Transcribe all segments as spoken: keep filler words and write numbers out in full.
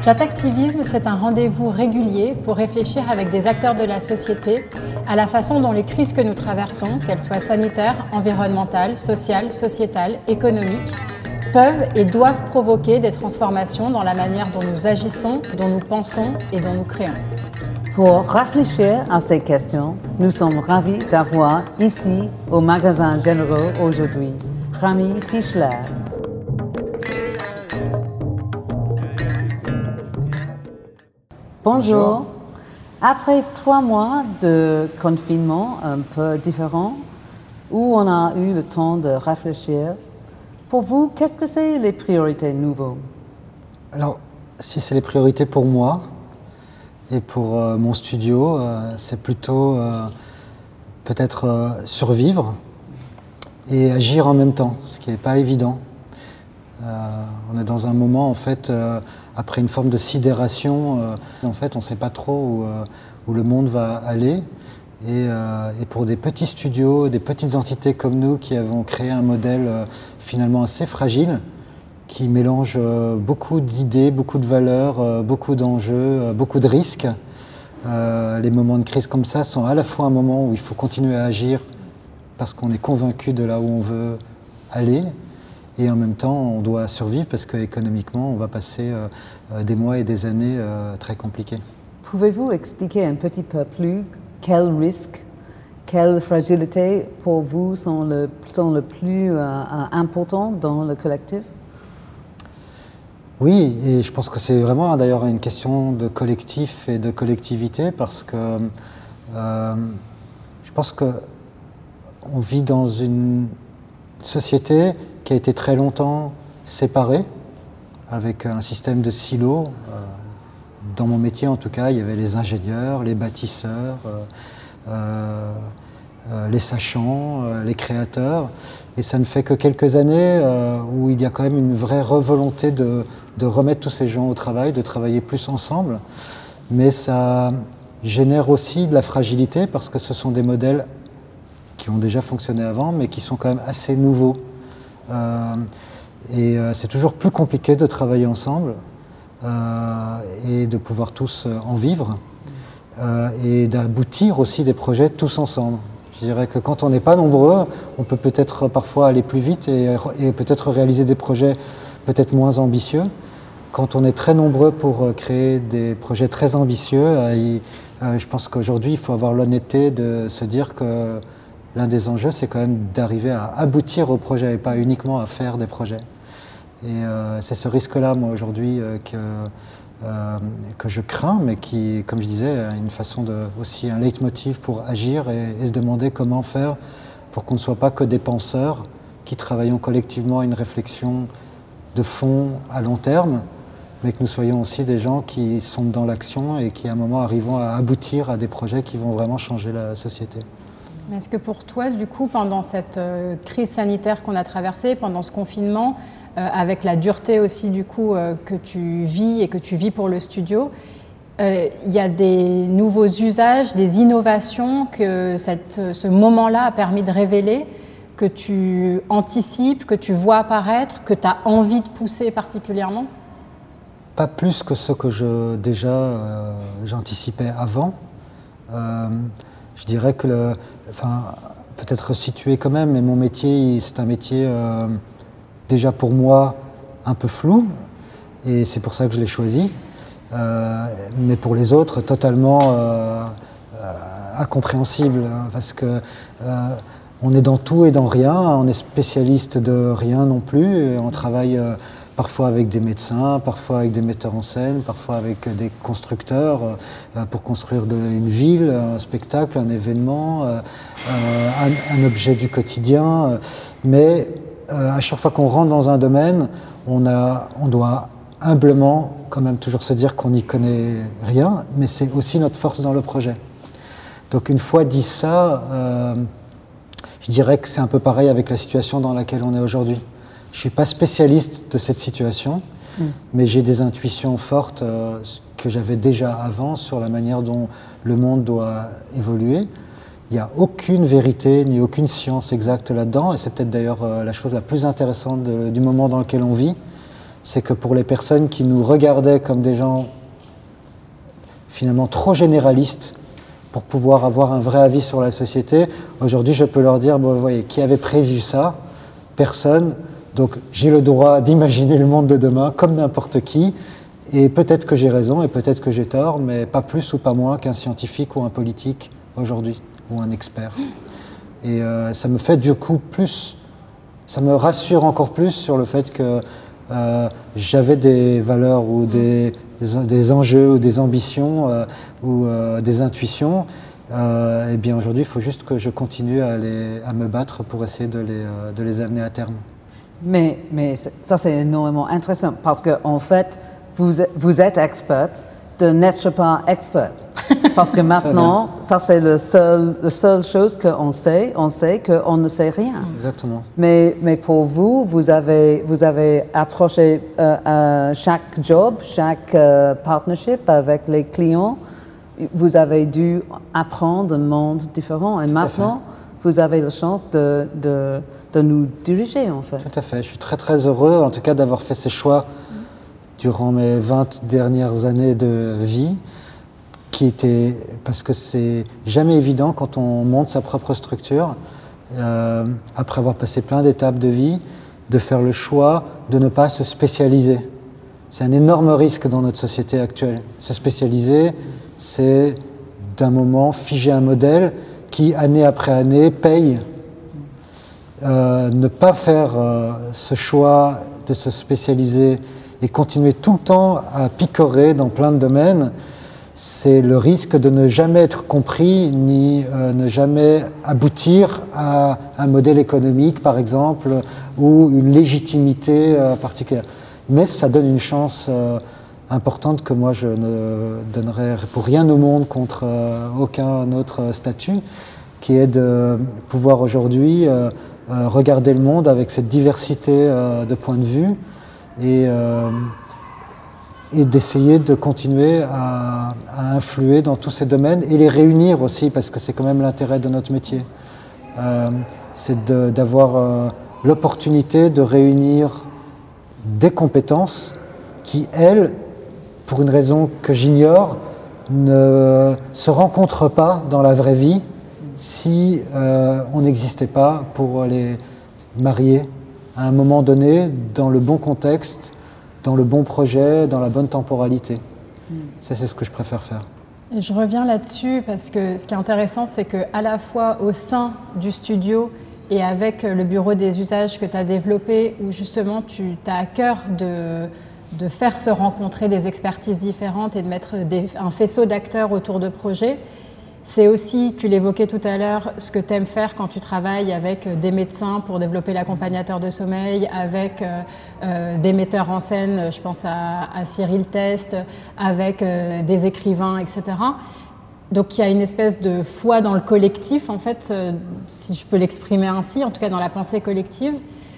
Chatactivisme, c'est un rendez-vous régulier pour réfléchir avec des acteurs de la société à la façon dont les crises que nous traversons, qu'elles soient sanitaires, environnementales, sociales, sociétales, économiques, peuvent et doivent provoquer des transformations dans la manière dont nous agissons, dont nous pensons et dont nous créons. Pour réfléchir à ces questions, nous sommes ravis d'avoir ici, au Magasin Généraux aujourd'hui, Rami Fischler. Bonjour. Après trois mois de confinement un peu différent, où on a eu le temps de réfléchir, pour vous, qu'est-ce que c'est les priorités nouvelles? Alors, si c'est les priorités pour moi et pour euh, mon studio, euh, c'est plutôt euh, peut-être euh, survivre et agir en même temps, ce qui n'est pas évident. Euh, on est dans un moment, en fait, euh, après une forme de sidération, euh, en fait, on ne sait pas trop où, euh, où le monde va aller. Et, euh, et pour des petits studios, des petites entités comme nous qui avons créé un modèle euh, finalement assez fragile, qui mélange euh, beaucoup d'idées, beaucoup de valeurs, euh, beaucoup d'enjeux, euh, beaucoup de risques. Euh, les moments de crise comme ça sont à la fois un moment où il faut continuer à agir parce qu'on est convaincu de là où on veut aller, et en même temps on doit survivre parce qu'économiquement on va passer euh, des mois et des années euh, très compliqués. Pouvez-vous expliquer un petit peu plus quels risques, quelles fragilités pour vous sont le, sont le plus euh, importants dans le collectif? Oui, et je pense que c'est vraiment d'ailleurs une question de collectif et de collectivité parce que euh, je pense qu'on vit dans une société qui a été très longtemps séparée avec un système de silos. Euh, Dans mon métier, en tout cas, il y avait les ingénieurs, les bâtisseurs, euh, euh, les sachants, euh, les créateurs. Et ça ne fait que quelques années euh, où il y a quand même une vraie volonté de, de remettre tous ces gens au travail, de travailler plus ensemble. Mais ça génère aussi de la fragilité parce que ce sont des modèles qui ont déjà fonctionné avant, mais qui sont quand même assez nouveaux. Euh, et euh, c'est toujours plus compliqué de travailler ensemble. Euh, et de pouvoir tous euh, en vivre euh, et d'aboutir aussi des projets tous ensemble. Je dirais que quand on n'est pas nombreux, on peut peut-être parfois aller plus vite et, et peut-être réaliser des projets peut-être moins ambitieux. Quand on est très nombreux pour créer des projets très ambitieux, euh, il, euh, je pense qu'aujourd'hui il faut avoir l'honnêteté de se dire que l'un des enjeux c'est quand même d'arriver à aboutir au projet et pas uniquement à faire des projets. Et euh, c'est ce risque-là, moi, aujourd'hui, euh, que, euh, que je crains, mais qui, comme je disais, a une façon de, aussi un leitmotiv pour agir et, et se demander comment faire pour qu'on ne soit pas que des penseurs qui travaillons collectivement à une réflexion de fond à long terme, mais que nous soyons aussi des gens qui sont dans l'action et qui, à un moment, arrivons à aboutir à des projets qui vont vraiment changer la société. Est-ce que pour toi, du coup, pendant cette euh, crise sanitaire qu'on a traversée, pendant ce confinement, euh, avec la dureté aussi du coup euh, que tu vis et que tu vis pour le studio, euh, il y a des nouveaux usages, des innovations que cette, ce moment-là a permis de révéler, que tu anticipes, que tu vois apparaître, que tu as envie de pousser particulièrement? Pas plus que ce que je, déjà euh, j'anticipais avant. Euh, Je dirais que, le, enfin, peut-être situé quand même, mais mon métier, c'est un métier euh, déjà pour moi un peu flou, et c'est pour ça que je l'ai choisi, euh, mais pour les autres totalement euh, euh, incompréhensible, parce que euh, on est dans tout et dans rien, on est spécialiste de rien non plus, et on travaille euh, parfois avec des médecins, parfois avec des metteurs en scène, parfois avec des constructeurs euh, pour construire de, une ville, un spectacle, un événement, euh, un, un objet du quotidien. Euh, mais euh, à chaque fois qu'on rentre dans un domaine, on, a, on doit humblement quand même toujours se dire qu'on n'y connaît rien, mais c'est aussi notre force dans le projet. Donc une fois dit ça, euh, je dirais que c'est un peu pareil avec la situation dans laquelle on est aujourd'hui. Je ne suis pas spécialiste de cette situation, mmh. mais j'ai des intuitions fortes euh, que j'avais déjà avant sur la manière dont le monde doit évoluer. Il n'y a aucune vérité ni aucune science exacte là-dedans, et c'est peut-être d'ailleurs euh, la chose la plus intéressante de, du moment dans lequel on vit, c'est que pour les personnes qui nous regardaient comme des gens finalement trop généralistes pour pouvoir avoir un vrai avis sur la société, aujourd'hui je peux leur dire, bon, vous voyez, qui avait prévu ça? Personne. Donc j'ai le droit d'imaginer le monde de demain comme n'importe qui, et peut-être que j'ai raison et peut-être que j'ai tort, mais pas plus ou pas moins qu'un scientifique ou un politique aujourd'hui, ou un expert. Et euh, ça me fait du coup plus, ça me rassure encore plus sur le fait que euh, j'avais des valeurs ou des, des, des enjeux ou des ambitions euh, ou euh, des intuitions. Euh, et bien aujourd'hui, il faut juste que je continue à, les, à me battre pour essayer de les, euh, de les amener à terme. Mais, mais ça, c'est énormément intéressant parce qu'en en fait, vous, vous êtes expert de n'être pas expert. Parce que maintenant, ça c'est le seul, la seule chose qu'on sait, on sait qu'on ne sait rien. Exactement. Mais, mais pour vous, vous avez, vous avez approché euh, euh, chaque job, chaque euh, partnership avec les clients, vous avez dû apprendre un monde différent. Et Tout maintenant, vous avez la chance de, de, de nous diriger en fait. Tout à fait. Je suis très très heureux en tout cas d'avoir fait ces choix durant mes vingt dernières années de vie. Qui était, parce que c'est jamais évident quand on monte sa propre structure, euh, après avoir passé plein d'étapes de vie, de faire le choix de ne pas se spécialiser. C'est un énorme risque dans notre société actuelle. Se spécialiser, c'est d'un moment figer un modèle qui, année après année, paye. Euh, ne pas faire euh, ce choix de se spécialiser et continuer tout le temps à picorer dans plein de domaines, c'est le risque de ne jamais être compris ni euh, ne jamais aboutir à un modèle économique, par exemple, ou une légitimité euh, particulière. Mais ça donne une chance euh, importante que moi je ne donnerais pour rien au monde contre euh, aucun autre statut, qui est de pouvoir aujourd'hui euh, euh, regarder le monde avec cette diversité euh, de points de vue et euh, et d'essayer de continuer à, à influer dans tous ces domaines et les réunir aussi, parce que c'est quand même l'intérêt de notre métier. Euh, c'est de, d'avoir euh, l'opportunité de réunir des compétences qui, elles, pour une raison que j'ignore, ne se rencontrent pas dans la vraie vie si euh, on n'existait pas pour les marier à un moment donné, dans le bon contexte, dans le bon projet, dans la bonne temporalité. Mmh. Ça, c'est ce que je préfère faire. Et je reviens là-dessus parce que ce qui est intéressant, c'est qu'à la fois au sein du studio et avec le bureau des usages que tu as développé, où justement tu as à cœur de, de faire se rencontrer des expertises différentes et de mettre des, un faisceau d'acteurs autour de projets, c'est aussi, tu l'évoquais tout à l'heure, ce que tu aimes faire quand tu travailles avec des médecins pour développer l'accompagnateur de sommeil, avec euh, euh, des metteurs en scène, je pense à, à Cyril Test, avec euh, des écrivains, et cetera. Donc il y a une espèce de foi dans le collectif, en fait, euh, si je peux l'exprimer ainsi, en tout cas dans la pensée collective,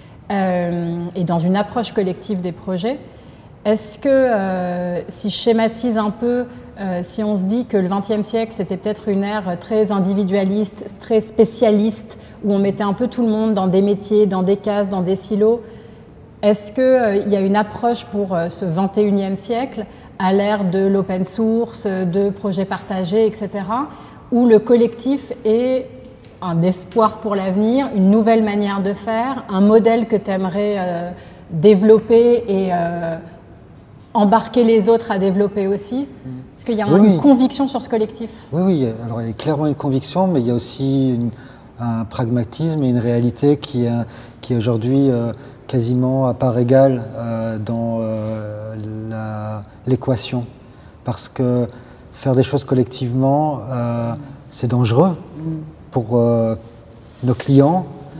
euh, et dans une approche collective des projets. Est-ce que, euh, si je schématise un peu, euh, si on se dit que le vingtième siècle, c'était peut-être une ère très individualiste, très spécialiste, où on mettait un peu tout le monde dans des métiers, dans des cases, dans des silos, est-ce qu'il euh, y a une approche pour euh, ce vingt et unième siècle, à l'ère de l'open source, de projets partagés, et cetera, où le collectif est un espoir pour l'avenir, une nouvelle manière de faire, un modèle que tu aimerais euh, développer et euh, embarquer les autres à développer aussi? Est-ce qu'il y a oui, une oui. conviction sur ce collectif? Oui, oui. Alors, il y a clairement une conviction, mais il y a aussi une, un pragmatisme et une réalité qui est, qui est aujourd'hui euh, quasiment à part égale euh, dans euh, la, l'équation. Parce que faire des choses collectivement, euh, c'est dangereux pour euh, nos clients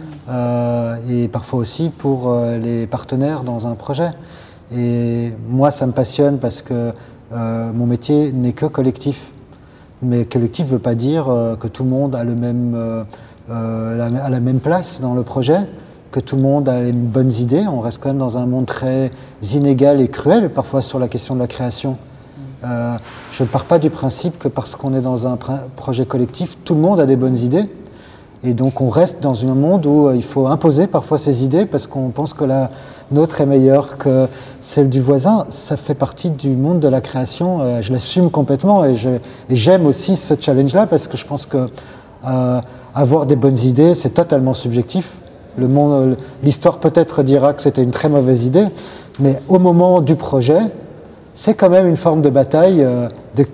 euh, et parfois aussi pour euh, les partenaires dans un projet. Et moi, ça me passionne parce que euh, mon métier n'est que collectif. Mais collectif ne veut pas dire euh, que tout le monde a, le même, euh, euh, la, a la même place dans le projet, que tout le monde a les bonnes idées. On reste quand même dans un monde très inégal et cruel, parfois sur la question de la création. Euh, je ne pars pas du principe que parce qu'on est dans un projet collectif, tout le monde a des bonnes idées. Et donc on reste dans un monde où il faut imposer parfois ses idées parce qu'on pense que la nôtre est meilleure que celle du voisin. Ça fait partie du monde de la création, je l'assume complètement et, je, et j'aime aussi ce challenge-là parce que je pense que euh, avoir des bonnes idées, c'est totalement subjectif. Le monde, l'histoire peut-être dira que c'était une très mauvaise idée, mais au moment du projet, c'est quand même une forme de bataille euh, de,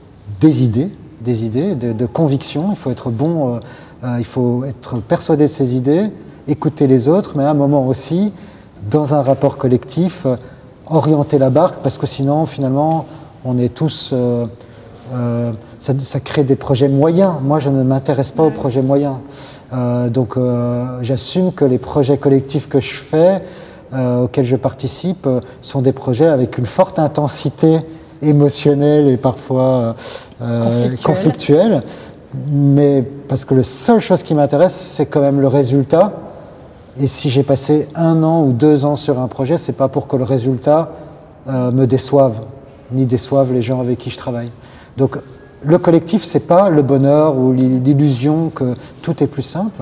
des idées, des idées, de, de conviction. Il faut être bon, euh, euh, il faut être persuadé de ses idées, écouter les autres, mais à un moment aussi, dans un rapport collectif, euh, orienter la barque, parce que sinon, finalement, on est tous... Euh, euh, ça, ça crée des projets moyens. Moi, je ne m'intéresse pas aux projets moyens. Euh, donc, euh, j'assume que les projets collectifs que je fais, euh, auxquels je participe, euh, sont des projets avec une forte intensité émotionnelle et parfois euh, conflictuelle. conflictuelle. Mais parce que la seule chose qui m'intéresse, c'est quand même le résultat. Et si j'ai passé un an ou deux ans sur un projet, c'est pas pour que le résultat euh, me déçoive, ni déçoive les gens avec qui je travaille. Donc, le collectif, c'est pas le bonheur ou l'illusion que tout est plus simple.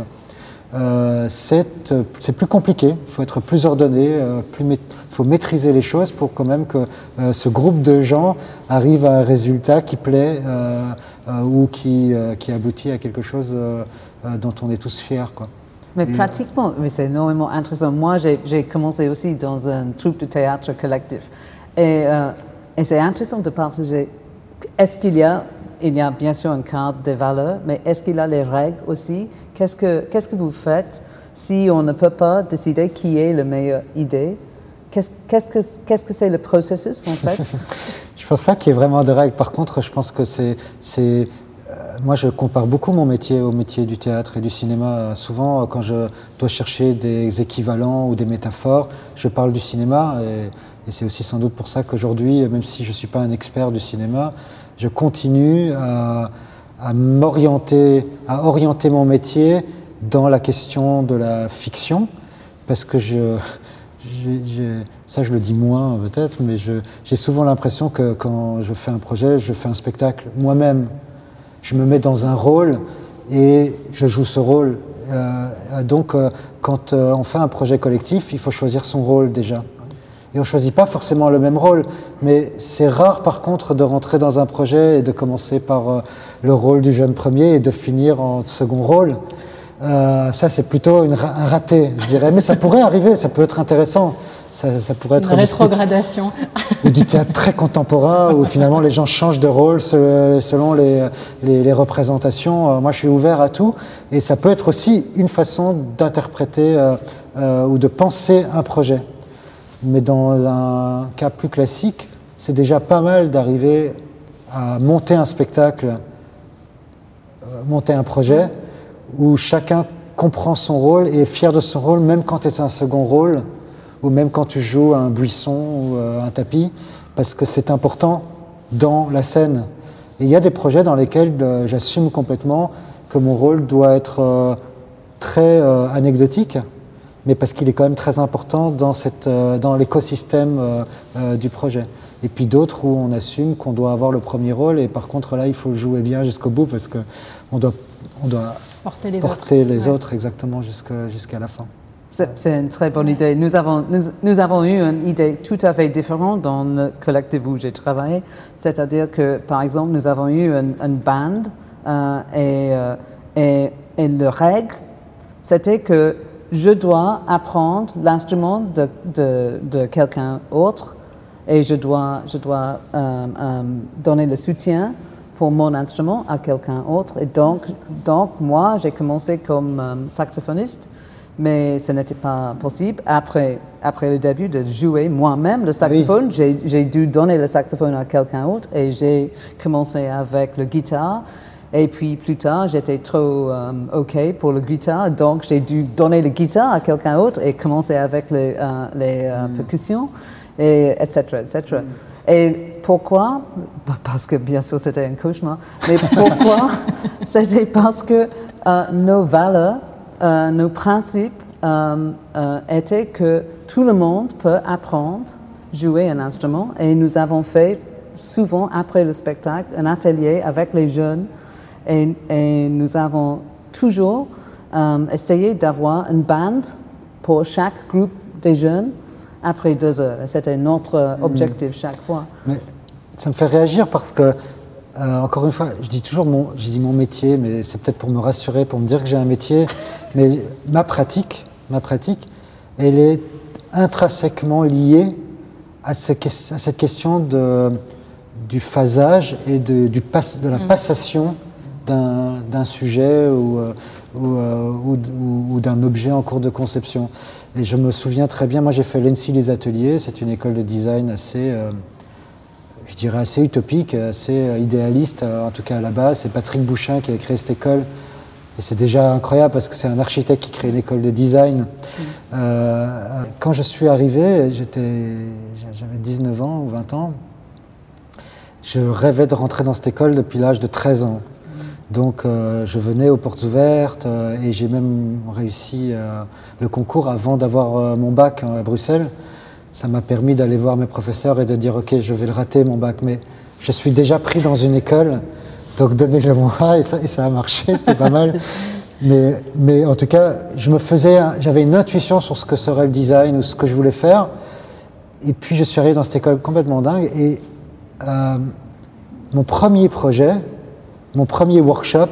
Euh, c'est, c'est plus compliqué. Il faut être plus ordonné, euh, plus il faut maîtriser les choses pour quand même que euh, ce groupe de gens arrive à un résultat qui plaît euh, euh, ou qui, euh, qui aboutit à quelque chose euh, euh, dont on est tous fiers, quoi. Mais Et pratiquement, mais c'est énormément intéressant. Moi, j'ai, j'ai commencé aussi dans un troupe de théâtre collectif. Et, euh, et c'est intéressant de partager. Est-ce qu'il y a, il y a bien sûr un cadre des valeurs, mais est-ce qu'il y a les règles aussi? Qu'est-ce que, qu'est-ce que vous faites si on ne peut pas décider qui est la meilleure idée? Qu'est-ce, qu'est-ce, que, qu'est-ce que c'est le processus en fait? Je ne pense pas qu'il y ait vraiment de règles. Par contre, je pense que c'est... c'est euh, moi, je compare beaucoup mon métier au métier du théâtre et du cinéma. Souvent, quand je dois chercher des équivalents ou des métaphores, je parle du cinéma. Et, et c'est aussi sans doute pour ça qu'aujourd'hui, même si je ne suis pas un expert du cinéma, je continue à, à m'orienter, à orienter mon métier dans la question de la fiction, parce que je, j'ai, j'ai, ça je le dis moins peut-être, mais je, j'ai souvent l'impression que quand je fais un projet, je fais un spectacle moi-même. Je me mets dans un rôle et je joue ce rôle. Euh, donc, euh, quand euh, on fait un projet collectif, il faut choisir son rôle déjà. Et on ne choisit pas forcément le même rôle, mais c'est rare par contre de rentrer dans un projet et de commencer par euh, le rôle du jeune premier et de finir en second rôle. Euh, ça, c'est plutôt une, un raté, je dirais. Mais ça pourrait arriver, ça peut être intéressant. Ça, ça pourrait être une rétrogradation. Ou du théâtre très contemporain, où finalement les gens changent de rôle selon les, les, les représentations. Moi, je suis ouvert à tout. Et ça peut être aussi une façon d'interpréter euh, euh, ou de penser un projet. Mais dans un cas plus classique, c'est déjà pas mal d'arriver à monter un spectacle, euh, monter un projet, où chacun comprend son rôle et est fier de son rôle, même quand c'est un second rôle, ou même quand tu joues un buisson ou euh, un tapis, parce que c'est important dans la scène. Et il y a des projets dans lesquels euh, j'assume complètement que mon rôle doit être euh, très euh, anecdotique, mais parce qu'il est quand même très important dans, cette, euh, dans l'écosystème euh, euh, du projet. Et puis d'autres où on assume qu'on doit avoir le premier rôle, et par contre là, il faut le jouer bien jusqu'au bout, parce qu'on doit, on doit porter les porter autres, les ouais. autres exactement jusqu'à, jusqu'à la fin. C'est, c'est une très bonne idée. Nous avons, nous, nous avons eu une idée tout à fait différente dans le collectif où j'ai travaillé. C'est-à-dire que, par exemple, nous avons eu une, une band euh, et, euh, et, et le règle, c'était que je dois apprendre l'instrument de, de, de quelqu'un d'autre et je dois, je dois euh, euh, donner le soutien pour mon instrument à quelqu'un d'autre. Et donc, donc moi, j'ai commencé comme euh, saxophoniste, mais ce n'était pas possible. Après, après le début de jouer moi-même le saxophone, oui. j'ai, j'ai dû donner le saxophone à quelqu'un d'autre et j'ai commencé avec le guitare. Et puis plus tard, j'étais trop um, OK pour le guitare, donc j'ai dû donner le guitare à quelqu'un d'autre et commencer avec les, euh, les euh, mm. percussions, et etc., et cetera. Mm. Et pourquoi? Parce que bien sûr c'était un cauchemar, mais pourquoi? C'était parce que euh, nos valeurs, euh, nos principes euh, euh, étaient que tout le monde peut apprendre à jouer un instrument, et nous avons fait souvent après le spectacle un atelier avec les jeunes. Et, et nous avons toujours euh, essayer d'avoir une bande pour chaque groupe des jeunes après deux heures. C'était notre objectif mmh. chaque fois. Mais ça me fait réagir parce que, euh, encore une fois, je dis toujours mon, je dis mon métier, mais c'est peut-être pour me rassurer, pour me dire que j'ai un métier, mais ma pratique, ma pratique, elle est intrinsèquement liée à, ce, à cette question de, du phasage et de, du pas, de la mmh. passation d'un, d'un sujet ou, ou, ou, ou, ou d'un objet en cours de conception. Et je me souviens très bien, moi j'ai fait l'E N S I Les Ateliers, c'est une école de design assez, euh, je dirais assez utopique, assez idéaliste, en tout cas à la base. C'est Patrick Bouchin qui a créé cette école. Et c'est déjà incroyable parce que c'est un architecte qui crée une école de design. Mmh. Euh, quand je suis arrivé, j'étais, j'avais dix-neuf ans ou vingt ans, je rêvais de rentrer dans cette école depuis l'âge de treize ans. Donc euh, je venais aux portes ouvertes euh, et j'ai même réussi euh, le concours avant d'avoir euh, mon bac hein, à Bruxelles. Ça m'a permis d'aller voir mes professeurs et de dire ok, je vais le rater mon bac, mais je suis déjà pris dans une école, donc donnez-le moi et ça, et ça a marché, c'était pas mal. Mais, mais en tout cas, je me faisais, j'avais une intuition sur ce que serait le design ou ce que je voulais faire. Et puis je suis arrivé dans cette école complètement dingue et euh, mon premier projet, mon premier workshop,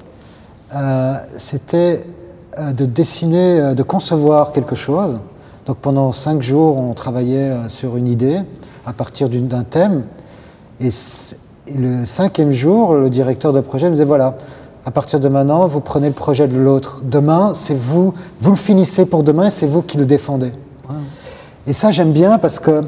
euh, c'était euh, de dessiner, euh, de concevoir quelque chose. Donc pendant cinq jours, on travaillait euh, sur une idée à partir d'une, d'un thème. Et, et le cinquième jour, le directeur de projet nous disait voilà, à partir de maintenant, vous prenez le projet de l'autre. Demain, c'est vous, vous le finissez pour demain, et c'est vous qui le défendez. Wow. Et ça, j'aime bien parce que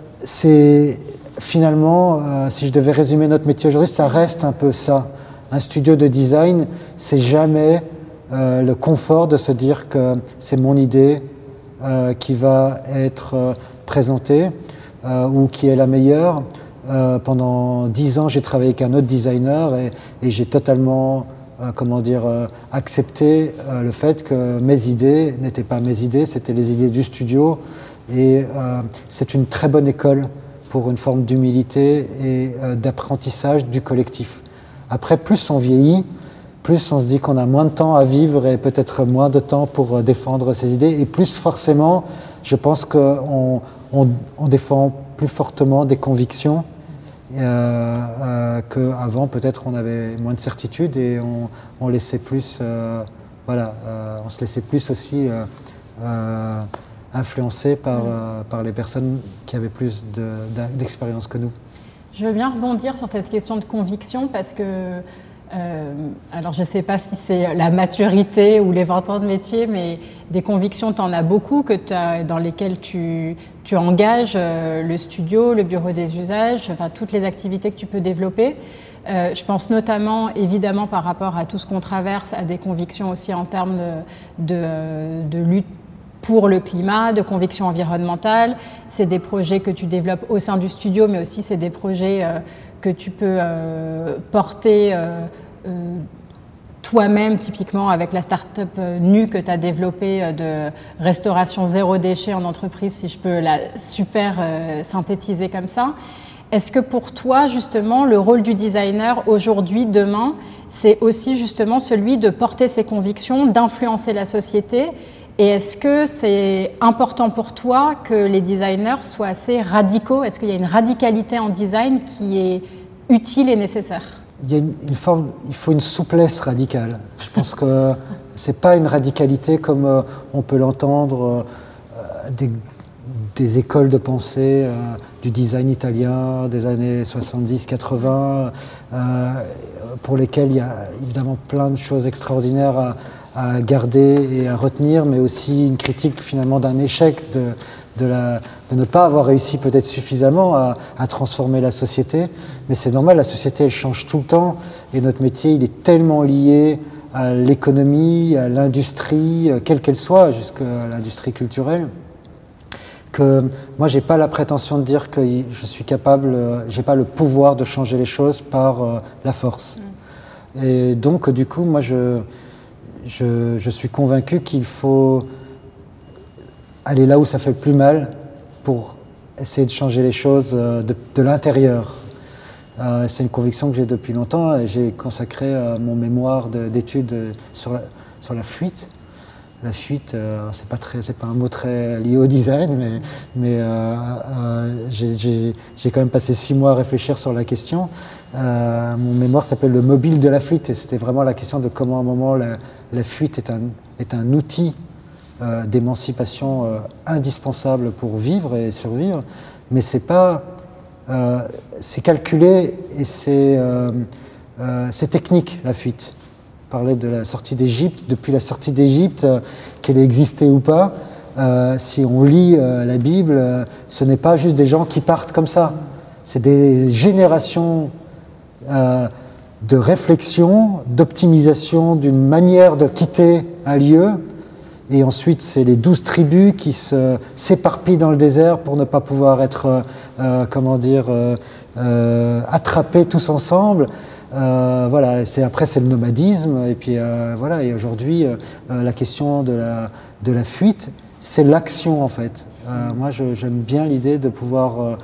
c'est finalement, euh, si je devais résumer notre métier aujourd'hui, ça reste un peu ça. Un studio de design, c'est jamais euh, le confort de se dire que c'est mon idée euh, qui va être euh, présentée euh, ou qui est la meilleure. Euh, pendant dix ans, j'ai travaillé avec un autre designer et, et j'ai totalement euh, comment dire, euh, accepté euh, le fait que mes idées n'étaient pas mes idées, c'était les idées du studio. Et euh, c'est une très bonne école pour une forme d'humilité et euh, d'apprentissage du collectif. Après, plus on vieillit, plus on se dit qu'on a moins de temps à vivre et peut-être moins de temps pour défendre ses idées. Et plus forcément, je pense qu'on on, on défend plus fortement des convictions euh, euh, qu'avant. Peut-être on avait moins de certitude et on, on laissait plus, euh, voilà, euh, on se laissait plus aussi euh, euh, influencer par, euh, par les personnes qui avaient plus de, d'expérience que nous. Je veux bien rebondir sur cette question de conviction parce que, euh, alors je ne sais pas si c'est la maturité ou les vingt ans de métier, mais des convictions, tu en as beaucoup que t'as, dans lesquelles tu, tu engages euh, le studio, le bureau des usages, enfin toutes les activités que tu peux développer. Euh, je pense notamment, évidemment, par rapport à tout ce qu'on traverse, à des convictions aussi en termes de, de, de lutte pour le climat, de conviction environnementale. C'est des projets que tu développes au sein du studio, mais aussi c'est des projets euh, que tu peux euh, porter euh, euh, toi-même, typiquement avec la start-up euh, N U que tu as développée euh, de restauration zéro déchet en entreprise, si je peux la super euh, synthétiser comme ça. Est-ce que pour toi, justement, le rôle du designer aujourd'hui, demain, c'est aussi justement celui de porter ses convictions, d'influencer la société? Et est-ce que c'est important pour toi que les designers soient assez radicaux? Est-ce qu'il y a une radicalité en design qui est utile et nécessaire? Il y a une, une forme, il faut une souplesse radicale. Je pense que c'est pas une radicalité comme euh, on peut l'entendre euh, des, des écoles de pensée euh, du design italien des années soixante-dix quatre-vingts, euh, pour lesquelles il y a évidemment plein de choses extraordinaires à à garder et à retenir, mais aussi une critique finalement d'un échec de, de, la, de ne pas avoir réussi peut-être suffisamment à, à transformer la société. Mais c'est normal, la société elle change tout le temps et notre métier il est tellement lié à l'économie, à l'industrie, quelle qu'elle soit, jusqu'à l'industrie culturelle, que moi j'ai pas la prétention de dire que je suis capable, j'ai pas le pouvoir de changer les choses par euh, la force. Mmh. Et donc du coup moi je Je, je suis convaincu qu'il faut aller là où ça fait le plus mal pour essayer de changer les choses de, de l'intérieur. Euh, c'est une conviction que j'ai depuis longtemps et j'ai consacré euh, mon mémoire de, d'études sur la, sur la fuite. La fuite, euh, c'est pas très, c'est pas un mot très lié au design, mais, mais euh, euh, j'ai, j'ai, j'ai quand même passé six mois à réfléchir sur la question. Euh, mon mémoire s'appelle le mobile de la fuite et c'était vraiment la question de comment à un moment la, la fuite est un, est un outil euh, d'émancipation euh, indispensable pour vivre et survivre, mais c'est pas, euh, c'est calculé et c'est, euh, euh, c'est technique la fuite. On parlait de la sortie d'Égypte. Depuis la sortie d'Égypte, euh, qu'elle ait existé ou pas, euh, si on lit euh, la Bible, euh, ce n'est pas juste des gens qui partent comme ça. C'est des générations euh, de réflexion, d'optimisation d'une manière de quitter un lieu. Et ensuite, c'est les douze tribus qui se, s'éparpillent dans le désert pour ne pas pouvoir être, euh, comment dire, euh, euh, attrapés tous ensemble. Euh, voilà, c'est, après c'est le nomadisme, et puis euh, voilà, et aujourd'hui euh, la question de la, de la fuite, c'est l'action en fait. Euh, moi je, j'aime bien l'idée de pouvoir euh,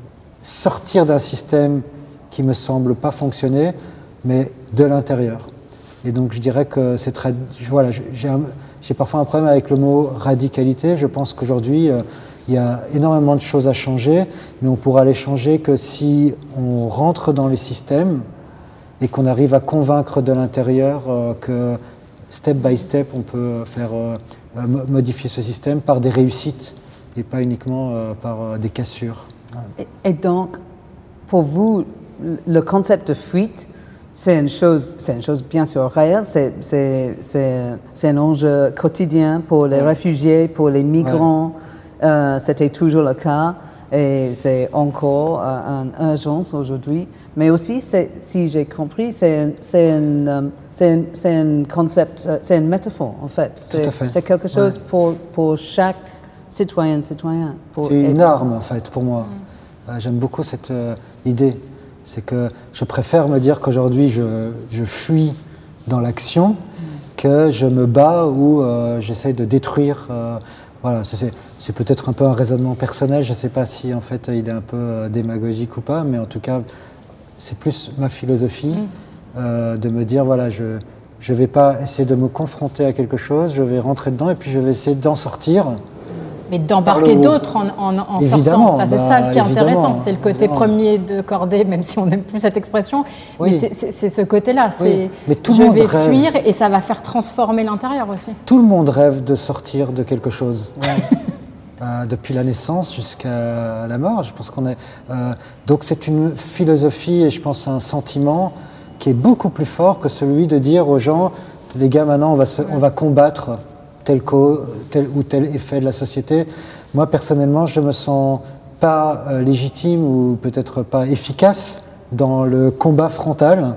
sortir d'un système qui me semble pas fonctionner, mais de l'intérieur. Et donc je dirais que c'est très, voilà, j'ai, un, j'ai parfois un problème avec le mot radicalité. Je pense qu'aujourd'hui euh, il y a énormément de choses à changer, mais on pourra les changer que si on rentre dans les systèmes et qu'on arrive à convaincre de l'intérieur euh, que step by step, on peut faire euh, modifier ce système par des réussites et pas uniquement euh, par euh, des cassures. Et, et donc, pour vous, le concept de fuite, c'est une chose, c'est une chose bien sûr réelle, c'est, c'est, c'est, c'est un enjeu quotidien pour les ouais. réfugiés, pour les migrants. Ouais. Euh, c'était toujours le cas et c'est encore euh, une urgence aujourd'hui. Mais aussi, c'est, si j'ai compris, c'est, c'est, une, um, c'est, un, c'est un concept, uh, c'est une métaphore en fait. C'est, Tout à fait. C'est quelque chose ouais. pour, pour chaque citoyen, citoyen. Pour c'est une être... arme en fait pour moi. Mm. Euh, j'aime beaucoup cette euh, idée. C'est que je préfère me dire qu'aujourd'hui je, je fuis dans l'action mm. que je me bats ou euh, j'essaye de détruire. Euh, voilà, c'est, c'est peut-être un peu un raisonnement personnel. Je ne sais pas si en fait il est un peu euh, démagogique ou pas, mais en tout cas. C'est plus ma philosophie mmh. euh, de me dire, voilà, je ne vais pas essayer de me confronter à quelque chose, je vais rentrer dedans et puis je vais essayer d'en sortir. Mais d'embarquer d'autres en, en, en sortant. Enfin, c'est bah, ça qui est intéressant, c'est le côté évidemment. Premier de cordée, même si on n'aime plus cette expression. Oui. Mais c'est, c'est, c'est ce côté-là, oui. c'est mais tout je le monde vais rêve. fuir et ça va faire transformer l'intérieur aussi. Tout le monde rêve de sortir de quelque chose. Ouais. Euh, depuis la naissance jusqu'à la mort. Je pense qu'on est, euh, donc c'est une philosophie et je pense un sentiment qui est beaucoup plus fort que celui de dire aux gens, les gars maintenant on va, se, on va combattre tel, co, tel ou tel effet de la société. Moi personnellement je me sens pas euh, légitime ou peut-être pas efficace dans le combat frontal.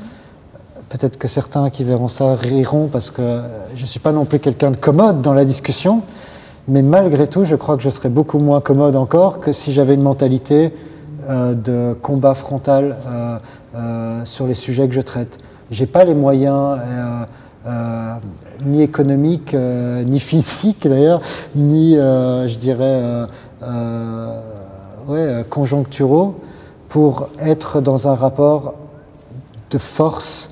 Peut-être que certains qui verront ça riront parce que je ne suis pas non plus quelqu'un de commode dans la discussion. Mais malgré tout, je crois que je serais beaucoup moins commode encore que si j'avais une mentalité euh, de combat frontal euh, euh, sur les sujets que je traite. J'ai pas les moyens, euh, euh, ni économiques, euh, ni physiques d'ailleurs, ni, euh, je dirais, euh, euh, ouais, conjoncturaux, pour être dans un rapport de force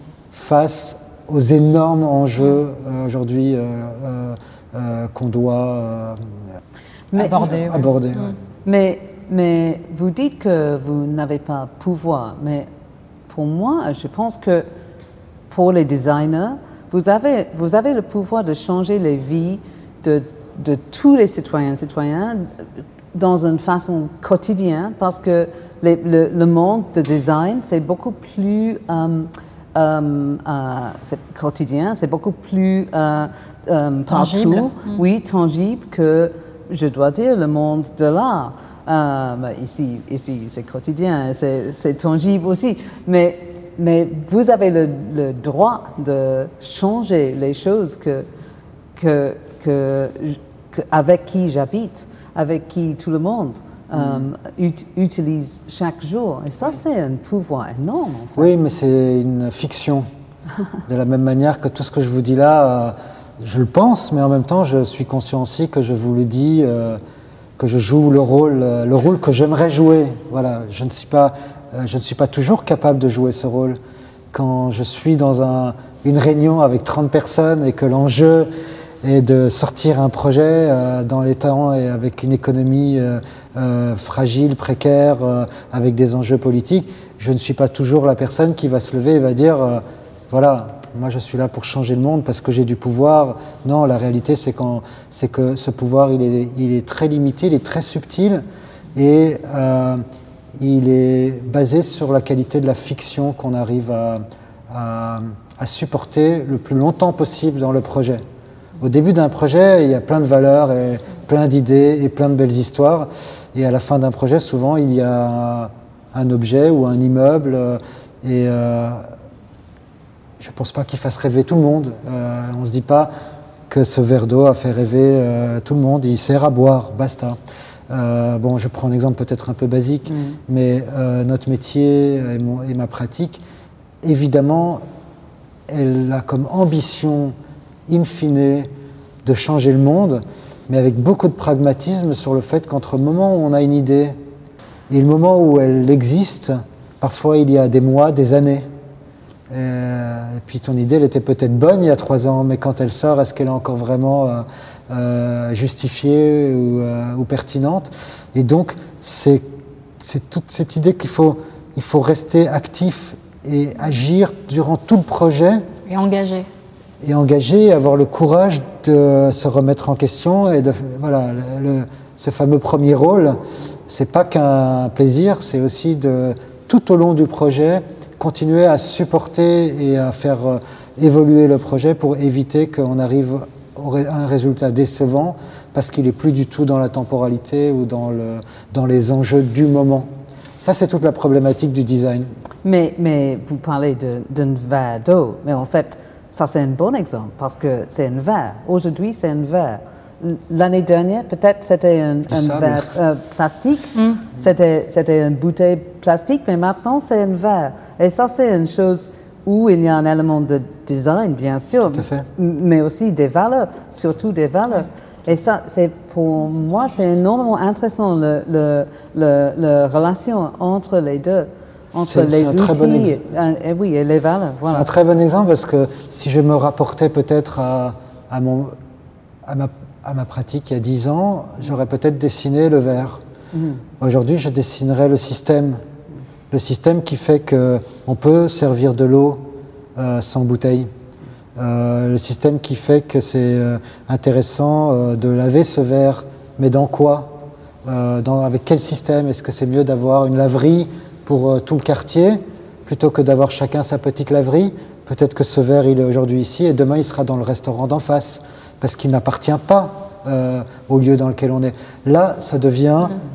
face aux énormes enjeux euh, aujourd'hui. Euh, euh, Euh, qu'on doit euh, mais, aborder. aborder oui. ouais. mais, mais vous dites que vous n'avez pas pouvoir, mais pour moi, je pense que pour les designers, vous avez, vous avez le pouvoir de changer les vies de, de tous les citoyens et citoyennes dans une façon quotidienne, parce que les, le, le monde de design, c'est beaucoup plus... Um, Um, euh, c'est quotidien, c'est beaucoup plus euh, um, tangible. Partout, mmh. oui, tangible que, je dois dire, le monde de l'art. Euh, bah, ici, ici, c'est quotidien, c'est, c'est tangible aussi. Mais, mais vous avez le, le droit de changer les choses que, que, que, que, avec qui j'habite, avec qui tout le monde. Um, ut- utilise chaque jour. Et ça, c'est un pouvoir énorme, en fait. Oui, mais c'est une fiction. De la même manière que tout ce que je vous dis là, euh, je le pense, mais en même temps, je suis conscient aussi que je vous le dis, euh, que je joue le rôle, euh, le rôle que j'aimerais jouer. Voilà, je ne suis pas euh, je ne suis pas toujours capable de jouer ce rôle. Quand je suis dans un, une réunion avec trente personnes et que l'enjeu est de sortir un projet euh, dans les temps et avec une économie euh, euh, fragile, précaire, euh, avec des enjeux politiques, je ne suis pas toujours la personne qui va se lever et va dire euh, voilà, moi je suis là pour changer le monde parce que j'ai du pouvoir. Non, la réalité c'est, quand, c'est que ce pouvoir il est, il est très limité, il est très subtil et euh, il est basé sur la qualité de la fiction qu'on arrive à, à, à supporter le plus longtemps possible dans le projet. Au début d'un projet, il y a plein de valeurs et plein d'idées et plein de belles histoires. Et à la fin d'un projet, souvent, il y a un objet ou un immeuble. Et euh, je ne pense pas qu'il fasse rêver tout le monde. Euh, on ne se dit pas que ce verre d'eau a fait rêver euh, tout le monde. Il sert à boire, basta. Euh, bon, je prends un exemple peut-être un peu basique, mmh. mais euh, notre métier et, mon, et ma pratique, évidemment, elle a comme ambition in fine de changer le monde, mais avec beaucoup de pragmatisme sur le fait qu'entre le moment où on a une idée et le moment où elle existe, parfois il y a des mois, des années. Euh, et puis ton idée, elle était peut-être bonne il y a trois ans, mais quand elle sort, est-ce qu'elle est encore vraiment euh, euh, justifiée ou, euh, ou pertinente? Et donc, c'est, c'est toute cette idée qu'il faut, il faut rester actif et agir durant tout le projet. Et engagé. Et engagé, et avoir le courage de se remettre en question. Et de, voilà, le, ce fameux premier rôle, c'est pas qu'un plaisir, c'est aussi de, tout au long du projet, continuer à supporter et à faire euh, évoluer le projet pour éviter qu'on arrive à un résultat décevant parce qu'il n'est plus du tout dans la temporalité ou dans, le, dans les enjeux du moment. Ça, c'est toute la problématique du design. Mais, mais vous parlez de, d'un verre d'eau, mais en fait, ça c'est un bon exemple parce que c'est un verre. Aujourd'hui, c'est un verre. L'année dernière, peut-être c'était un, un verre euh, plastique, mm. c'était, c'était une bouteille plastique, mais maintenant c'est un verre. Et ça, c'est une chose où il y a un élément de design, bien sûr, mais aussi des valeurs, surtout des valeurs. Et ça, c'est pour moi, c'est énormément intéressant, le, le, le, la relation entre les deux. Entre c'est, les c'est outils et, et, oui, et les valeurs. Voilà. C'est un très bon exemple parce que si je me rapportais peut-être à, à, mon, à, ma, à ma pratique il y a dix ans, j'aurais peut-être dessiné le verre. Mmh. Aujourd'hui, je dessinerais le système. Le système qui fait qu'on peut servir de l'eau euh, sans bouteille. Euh, le système qui fait que c'est euh, intéressant euh, de laver ce verre, mais dans quoi euh, dans, avec quel système? Est-ce que c'est mieux d'avoir une laverie pour euh, tout le quartier, plutôt que d'avoir chacun sa petite laverie? Peut-être que ce verre, il est aujourd'hui ici, et demain, il sera dans le restaurant d'en face, parce qu'il n'appartient pas euh, au lieu dans lequel on est. Là, ça devient mmh.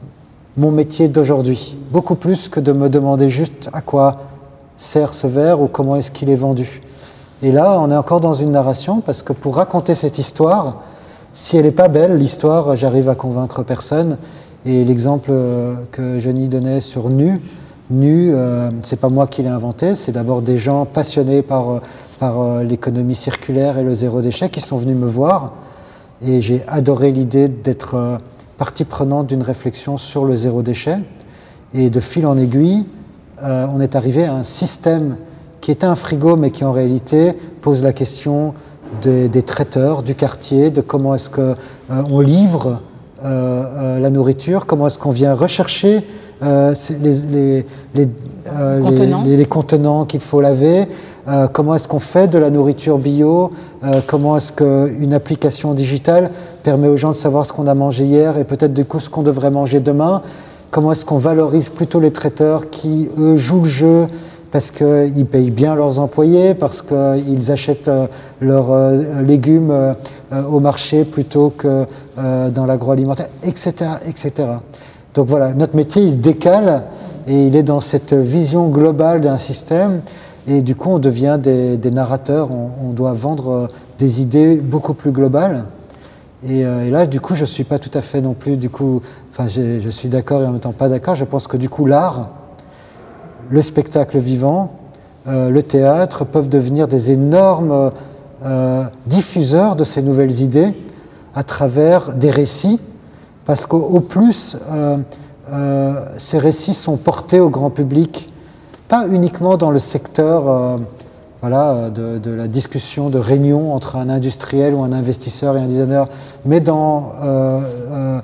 mon métier d'aujourd'hui, beaucoup plus que de me demander juste à quoi sert ce verre ou comment est-ce qu'il est vendu. Et là, on est encore dans une narration, parce que pour raconter cette histoire, si elle n'est pas belle, l'histoire, j'arrive à convaincre personne. Et l'exemple que Johnny donnait sur Nu, Nu, euh, c'est pas moi qui l'ai inventé, c'est d'abord des gens passionnés par, par euh, l'économie circulaire et le zéro déchet qui sont venus me voir. Et j'ai adoré l'idée d'être euh, partie prenante d'une réflexion sur le zéro déchet. Et de fil en aiguille, euh, on est arrivé à un système qui était un frigo, mais qui en réalité pose la question des, des traiteurs, du quartier, de comment est-ce qu'on euh, livre euh, euh, la nourriture, comment est-ce qu'on vient rechercher euh, les, les, les, euh, contenants. les, les, les contenants qu'il faut laver, euh, comment est-ce qu'on fait de la nourriture bio, euh, comment est-ce qu'une application digitale permet aux gens de savoir ce qu'on a mangé hier et peut-être du coup ce qu'on devrait manger demain, comment est-ce qu'on valorise plutôt les traiteurs qui, eux, jouent le jeu parce qu'ils payent bien leurs employés, parce qu'ils achètent euh, leurs euh, légumes euh, au marché plutôt que euh, dans l'agroalimentaire, et cetera, et cetera. Donc voilà, notre métier, il se décale et il est dans cette vision globale d'un système et du coup, on devient des, des narrateurs, on, on doit vendre euh, des idées beaucoup plus globales. Et, euh, et là, du coup, je ne suis pas tout à fait non plus, du coup, enfin, je suis d'accord et en même temps pas d'accord. Je pense que du coup, l'art, le spectacle vivant, euh, le théâtre peuvent devenir des énormes euh, diffuseurs de ces nouvelles idées à travers des récits, parce qu'au au plus, euh, euh, ces récits sont portés au grand public, pas uniquement dans le secteur euh, voilà, de, de la discussion, de réunion entre un industriel ou un investisseur et un designer, mais dans euh, euh,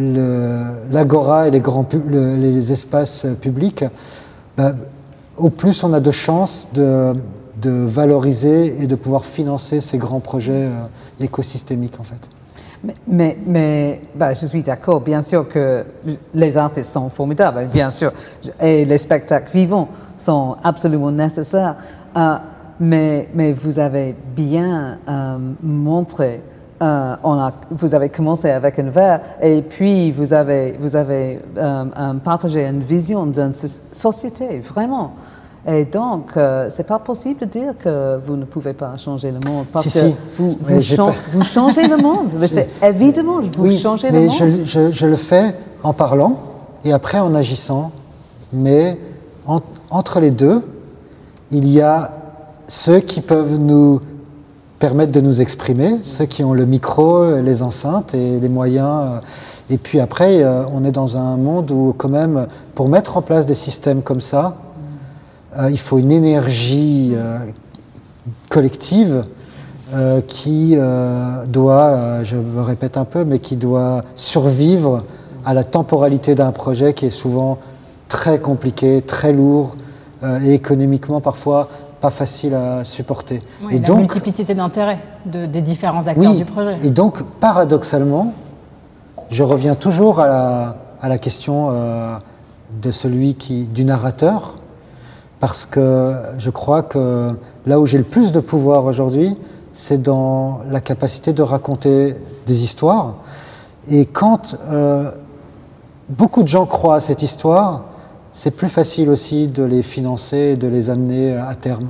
le, l'agora et les, grands pub, le, les espaces publics, bah, au plus on a de chances de, de valoriser et de pouvoir financer ces grands projets euh, écosystémiques en fait. Mais, mais, mais bah, je suis d'accord, bien sûr que les artistes sont formidables, bien sûr, et les spectacles vivants sont absolument nécessaires, euh, mais, mais vous avez bien euh, montré, euh, on a, vous avez commencé avec un verre, et puis vous avez, vous avez euh, euh, partagé une vision d'une société, vraiment. Et donc, euh, c'est pas possible de dire que vous ne pouvez pas changer le monde, parce si, que si. Vous, vous, chan pas... vous changez le monde. C'est évidemment, vous oui, changez mais le monde. Je, je, je le fais en parlant et après en agissant. Mais en, entre les deux, il y a ceux qui peuvent nous permettre de nous exprimer, ceux qui ont le micro, les enceintes et les moyens. Et puis après, on est dans un monde où, quand même, pour mettre en place des systèmes comme ça, Euh, il faut une énergie euh, collective euh, qui euh, doit, euh, je me répète un peu, mais qui doit survivre à la temporalité d'un projet qui est souvent très compliqué, très lourd euh, et économiquement parfois pas facile à supporter. Oui, et la donc, multiplicité d'intérêts de, des différents acteurs oui, du projet. Et donc, paradoxalement, je reviens toujours à la, à la question euh, de celui qui, du narrateur, parce que je crois que là où j'ai le plus de pouvoir aujourd'hui, c'est dans la capacité de raconter des histoires. Et quand euh, beaucoup de gens croient à cette histoire, c'est plus facile aussi de les financer et de les amener à terme.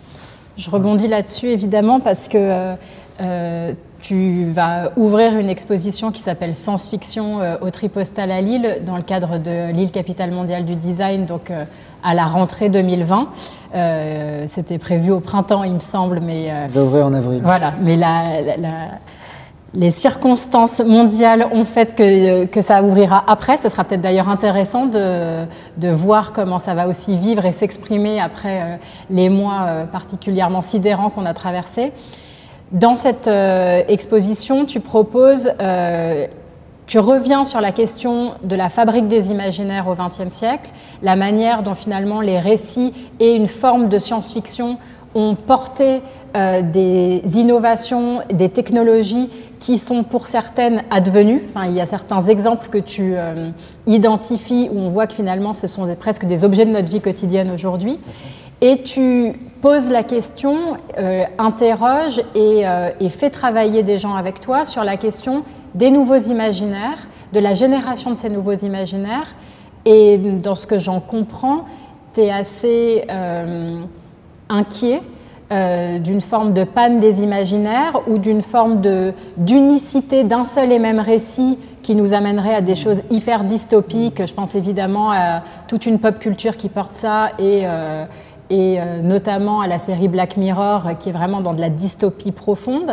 Je rebondis là-dessus évidemment parce que euh, tu vas ouvrir une exposition qui s'appelle Science-Fiction euh, au Tripostale à Lille dans le cadre de Lille Capitale Mondiale du Design, donc euh, à la rentrée deux mille vingt. Euh, c'était prévu au printemps, il me semble, mais euh, ça va ouvrir en avril. Voilà, mais la, la, la, les circonstances mondiales ont fait que, que ça ouvrira après. Ce sera peut-être d'ailleurs intéressant de, de voir comment ça va aussi vivre et s'exprimer après euh, les mois euh, particulièrement sidérants qu'on a traversés. Dans cette euh, exposition, tu proposes, euh, tu reviens sur la question de la fabrique des imaginaires au vingtième siècle, la manière dont finalement les récits et une forme de science-fiction ont porté euh, des innovations, des technologies qui sont pour certaines advenues. Enfin, il y a certains exemples que tu euh, identifies où on voit que finalement ce sont des, presque des objets de notre vie quotidienne aujourd'hui. Et tu poses la question, euh, interroge et, euh, et fais travailler des gens avec toi sur la question des nouveaux imaginaires, de la génération de ces nouveaux imaginaires. Et dans ce que j'en comprends, tu es assez euh, inquiet euh, d'une forme de panne des imaginaires ou d'une forme de, d'unicité d'un seul et même récit qui nous amènerait à des choses hyper dystopiques. Je pense évidemment à toute une pop culture qui porte ça et... Euh, et euh, notamment à la série Black Mirror, euh, qui est vraiment dans de la dystopie profonde.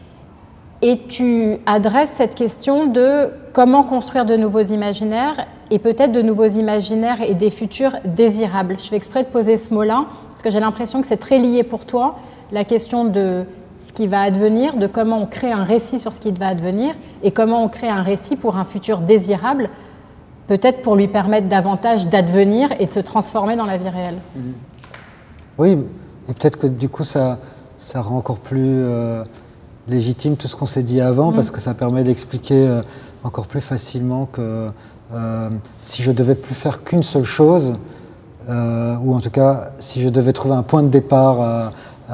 Et tu adresses cette question de comment construire de nouveaux imaginaires, et peut-être de nouveaux imaginaires et des futurs désirables. Je fais exprès de poser ce mot-là, parce que j'ai l'impression que c'est très lié pour toi, la question de ce qui va advenir, de comment on crée un récit sur ce qui va advenir, et comment on crée un récit pour un futur désirable, peut-être pour lui permettre davantage d'advenir et de se transformer dans la vie réelle. Mmh. Oui, et peut-être que du coup ça, ça rend encore plus euh, légitime tout ce qu'on s'est dit avant, mmh. parce que ça permet d'expliquer euh, encore plus facilement que euh, si je devais plus faire qu'une seule chose, euh, ou en tout cas si je devais trouver un point de départ à,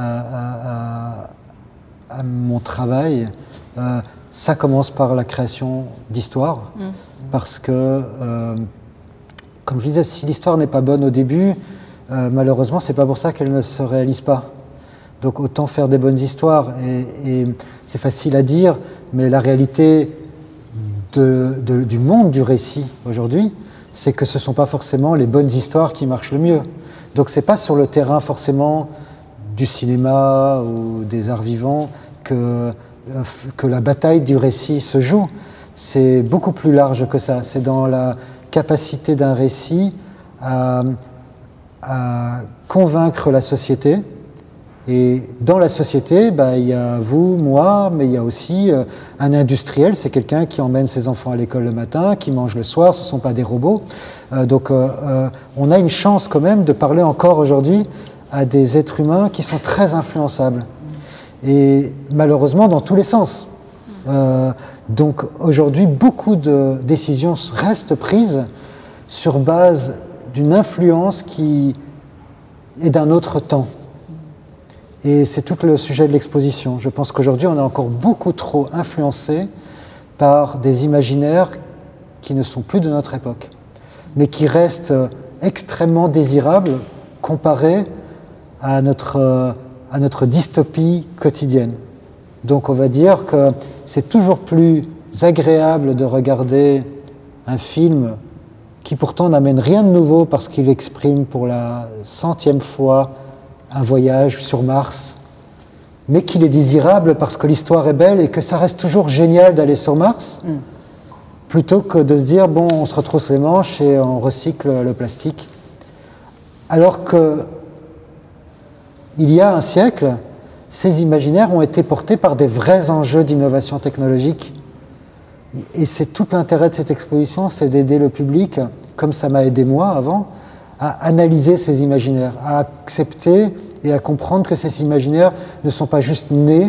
à, à, à mon travail, euh, ça commence par la création d'histoires, mmh. parce que, euh, comme je disais, si l'histoire n'est pas bonne au début, Euh, malheureusement, c'est pas pour ça qu'elle ne se réalise pas. Donc autant faire des bonnes histoires. Et, et c'est facile à dire, mais la réalité de, de, du monde du récit aujourd'hui, c'est que ce ne sont pas forcément les bonnes histoires qui marchent le mieux. Donc c'est pas sur le terrain forcément du cinéma ou des arts vivants que, euh, que la bataille du récit se joue. C'est beaucoup plus large que ça. C'est dans la capacité d'un récit à, à convaincre la société. Et dans la société, bah, il y a vous, moi, mais il y a aussi euh, un industriel, c'est quelqu'un qui emmène ses enfants à l'école le matin, qui mange le soir, ce ne sont pas des robots. Euh, donc euh, euh, on a une chance quand même de parler encore aujourd'hui à des êtres humains qui sont très influençables. Et malheureusement dans tous les sens. Euh, donc aujourd'hui, beaucoup de décisions restent prises sur base d'une influence qui est d'un autre temps. Et c'est tout le sujet de l'exposition. Je pense qu'aujourd'hui, on est encore beaucoup trop influencé par des imaginaires qui ne sont plus de notre époque, mais qui restent extrêmement désirables comparés à notre, à notre dystopie quotidienne. Donc on va dire que c'est toujours plus agréable de regarder un film qui pourtant n'amène rien de nouveau parce qu'il exprime pour la centième fois un voyage sur Mars, mais qu'il est désirable parce que l'histoire est belle et que ça reste toujours génial d'aller sur Mars, mm. plutôt que de se dire, bon, on se retrousse les manches et on recycle le plastique. Alors que, il y a un siècle, ces imaginaires ont été portés par des vrais enjeux d'innovation technologique. Et c'est tout l'intérêt de cette exposition, c'est d'aider le public, comme ça m'a aidé moi avant, à analyser ces imaginaires, à accepter et à comprendre que ces imaginaires ne sont pas juste nés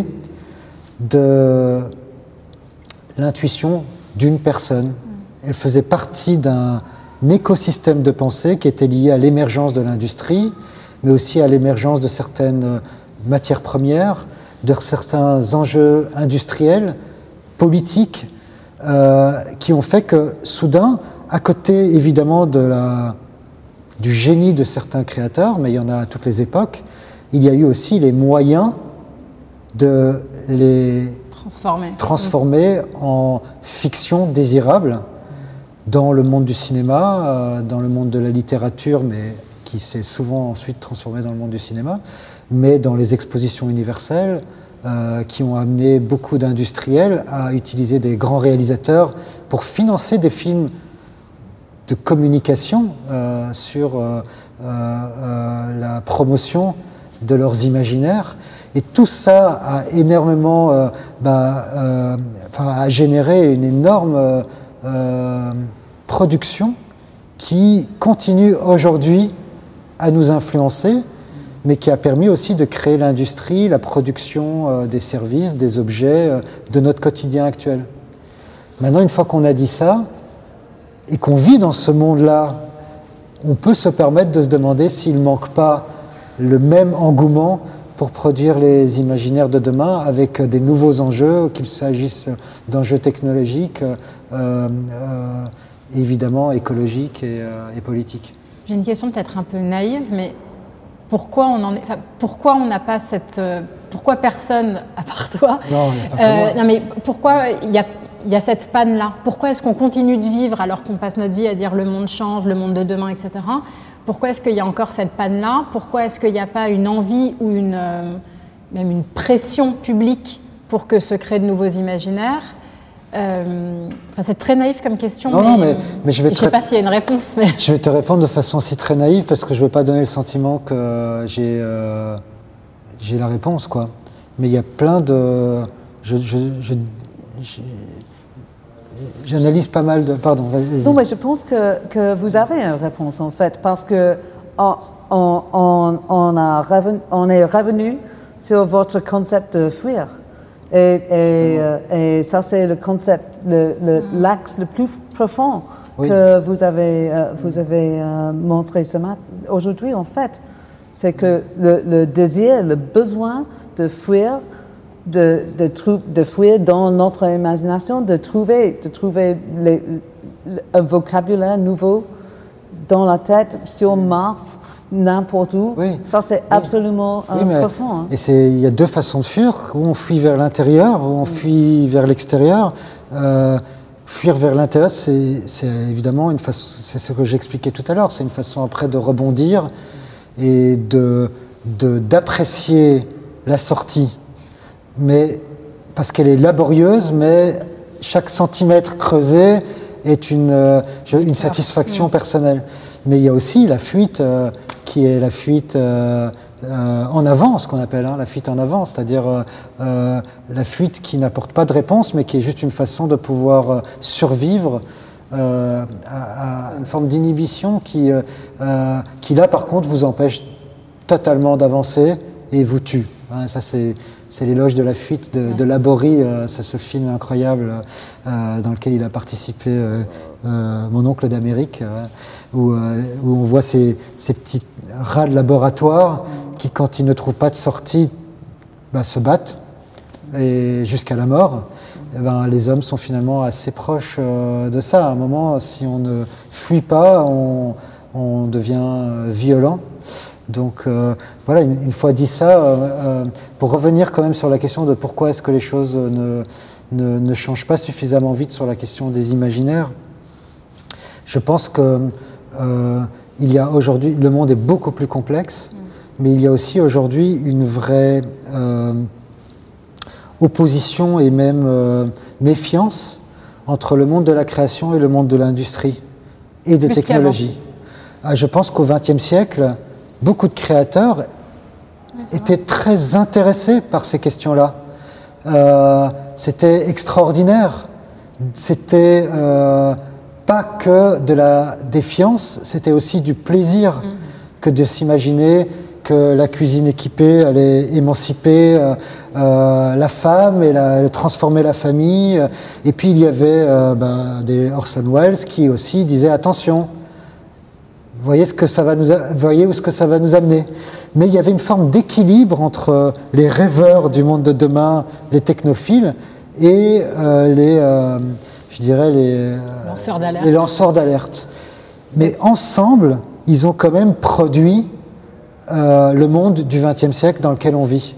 de l'intuition d'une personne. Elles faisaient partie d'un écosystème de pensée qui était lié à l'émergence de l'industrie, mais aussi à l'émergence de certaines matières premières, de certains enjeux industriels, politiques, euh, qui ont fait que soudain, à côté évidemment de la du génie de certains créateurs, mais il y en a à toutes les époques, il y a eu aussi les moyens de les transformer, transformer en fiction désirable dans le monde du cinéma, euh, dans le monde de la littérature, mais qui s'est souvent ensuite transformé dans le monde du cinéma, mais dans les expositions universelles, euh, qui ont amené beaucoup d'industriels à utiliser des grands réalisateurs pour financer des films de communication euh, sur euh, euh, la promotion de leurs imaginaires. Et tout ça a énormément, euh, bah, euh, enfin, a généré une énorme euh, production qui continue aujourd'hui à nous influencer, mais qui a permis aussi de créer l'industrie, la production euh, des services, des objets euh, de notre quotidien actuel. Maintenant, une fois qu'on a dit ça, et qu'on vit dans ce monde-là, on peut se permettre de se demander s'il ne manque pas le même engouement pour produire les imaginaires de demain avec des nouveaux enjeux, qu'il s'agisse d'enjeux technologiques, euh, euh, évidemment écologiques et, euh, et politiques. J'ai une question peut-être un peu naïve, mais pourquoi on en est, enfin, pourquoi on n'a pas cette, euh, pourquoi personne à part toi, non, il y a pas que euh, moi. non mais pourquoi il y a Il y a cette panne-là. Pourquoi est-ce qu'on continue de vivre alors qu'on passe notre vie à dire le monde change, le monde de demain, et cetera. Pourquoi est-ce qu'il y a encore cette panne-là? Pourquoi est-ce qu'il n'y a pas une envie ou une, euh, même une pression publique pour que se créent de nouveaux imaginaires? euh, enfin, C'est très naïf comme question, non, mais, non, mais, mais je ne sais pas s'il y a une réponse. Mais... Je vais te répondre de façon aussi très naïve parce que je ne veux pas donner le sentiment que j'ai euh, j'ai la réponse, quoi. Mais il y a plein de... Je, je, je, je, J'analyse pas mal de... Pardon. Non, mais je pense que, que vous avez une réponse, en fait, parce que on, on, on, on, a revenu, on est revenu sur votre concept de fuir. Et, et, euh, et ça, c'est le concept, le, le, l'axe le plus profond oui. que vous avez, euh, vous avez euh, montré ce matin, aujourd'hui, en fait. C'est que le, le désir, le besoin de fuir, De, de, de fuir dans notre imagination, de trouver, de trouver les, un vocabulaire nouveau dans la tête, sur Mars, n'importe où. Oui. Ça, c'est oui. absolument oui, euh, profond. Hein. Et c'est, il y a deux façons de fuir, où on fuit vers l'intérieur, où on oui. fuit vers l'extérieur. Euh, fuir vers l'intérieur, c'est, c'est évidemment une façon, c'est ce que j'expliquais tout à l'heure, c'est une façon après de rebondir et de, de, d'apprécier la sortie. Mais parce qu'elle est laborieuse, mais chaque centimètre creusé est une, euh, une satisfaction personnelle. Mais il y a aussi la fuite euh, qui est la fuite euh, euh, en avant, ce qu'on appelle hein, la fuite en avant, c'est-à-dire euh, euh, la fuite qui n'apporte pas de réponse, mais qui est juste une façon de pouvoir euh, survivre euh, à, à une forme d'inhibition qui, euh, euh, qui, là, par contre, vous empêche totalement d'avancer et vous tue. Hein, ça, c'est... C'est l'éloge de la fuite de, de Laborie, euh, c'est ce film incroyable euh, dans lequel il a participé, euh, euh, Mon oncle d'Amérique, euh, où, euh, où on voit ces, ces petits rats de laboratoire qui, quand ils ne trouvent pas de sortie, bah, se battent et jusqu'à la mort. Et ben, les hommes sont finalement assez proches euh, de ça. À un moment, si on ne fuit pas, on, on devient violent. Donc euh, voilà, une, une fois dit ça, euh, euh, pour revenir quand même sur la question de pourquoi est-ce que les choses ne, ne, ne changent pas suffisamment vite sur la question des imaginaires, je pense que euh, il y a aujourd'hui, le monde est beaucoup plus complexe, mmh. mais il y a aussi aujourd'hui une vraie euh, opposition et même euh, méfiance entre le monde de la création et le monde de l'industrie et des plus technologies. Ah, je pense qu'au vingtième siècle, beaucoup de créateurs oui, étaient vrai. très intéressés par ces questions-là. Euh, c'était extraordinaire. C'était euh, pas que de la défiance, c'était aussi du plaisir mmh. que de s'imaginer que la cuisine équipée allait émanciper euh, euh, la femme et la, transformer la famille. Et puis il y avait euh, ben, des Orson Welles qui aussi disaient attention. Voyez, ce que ça va nous, voyez où ce que ça va nous amener. Mais il y avait une forme d'équilibre entre les rêveurs du monde de demain, les technophiles, et euh, les, euh, je dirais, les lanceurs d'alerte. Les lanceurs d'alerte. Mais ensemble, ils ont quand même produit euh, le monde du vingtième siècle dans lequel on vit.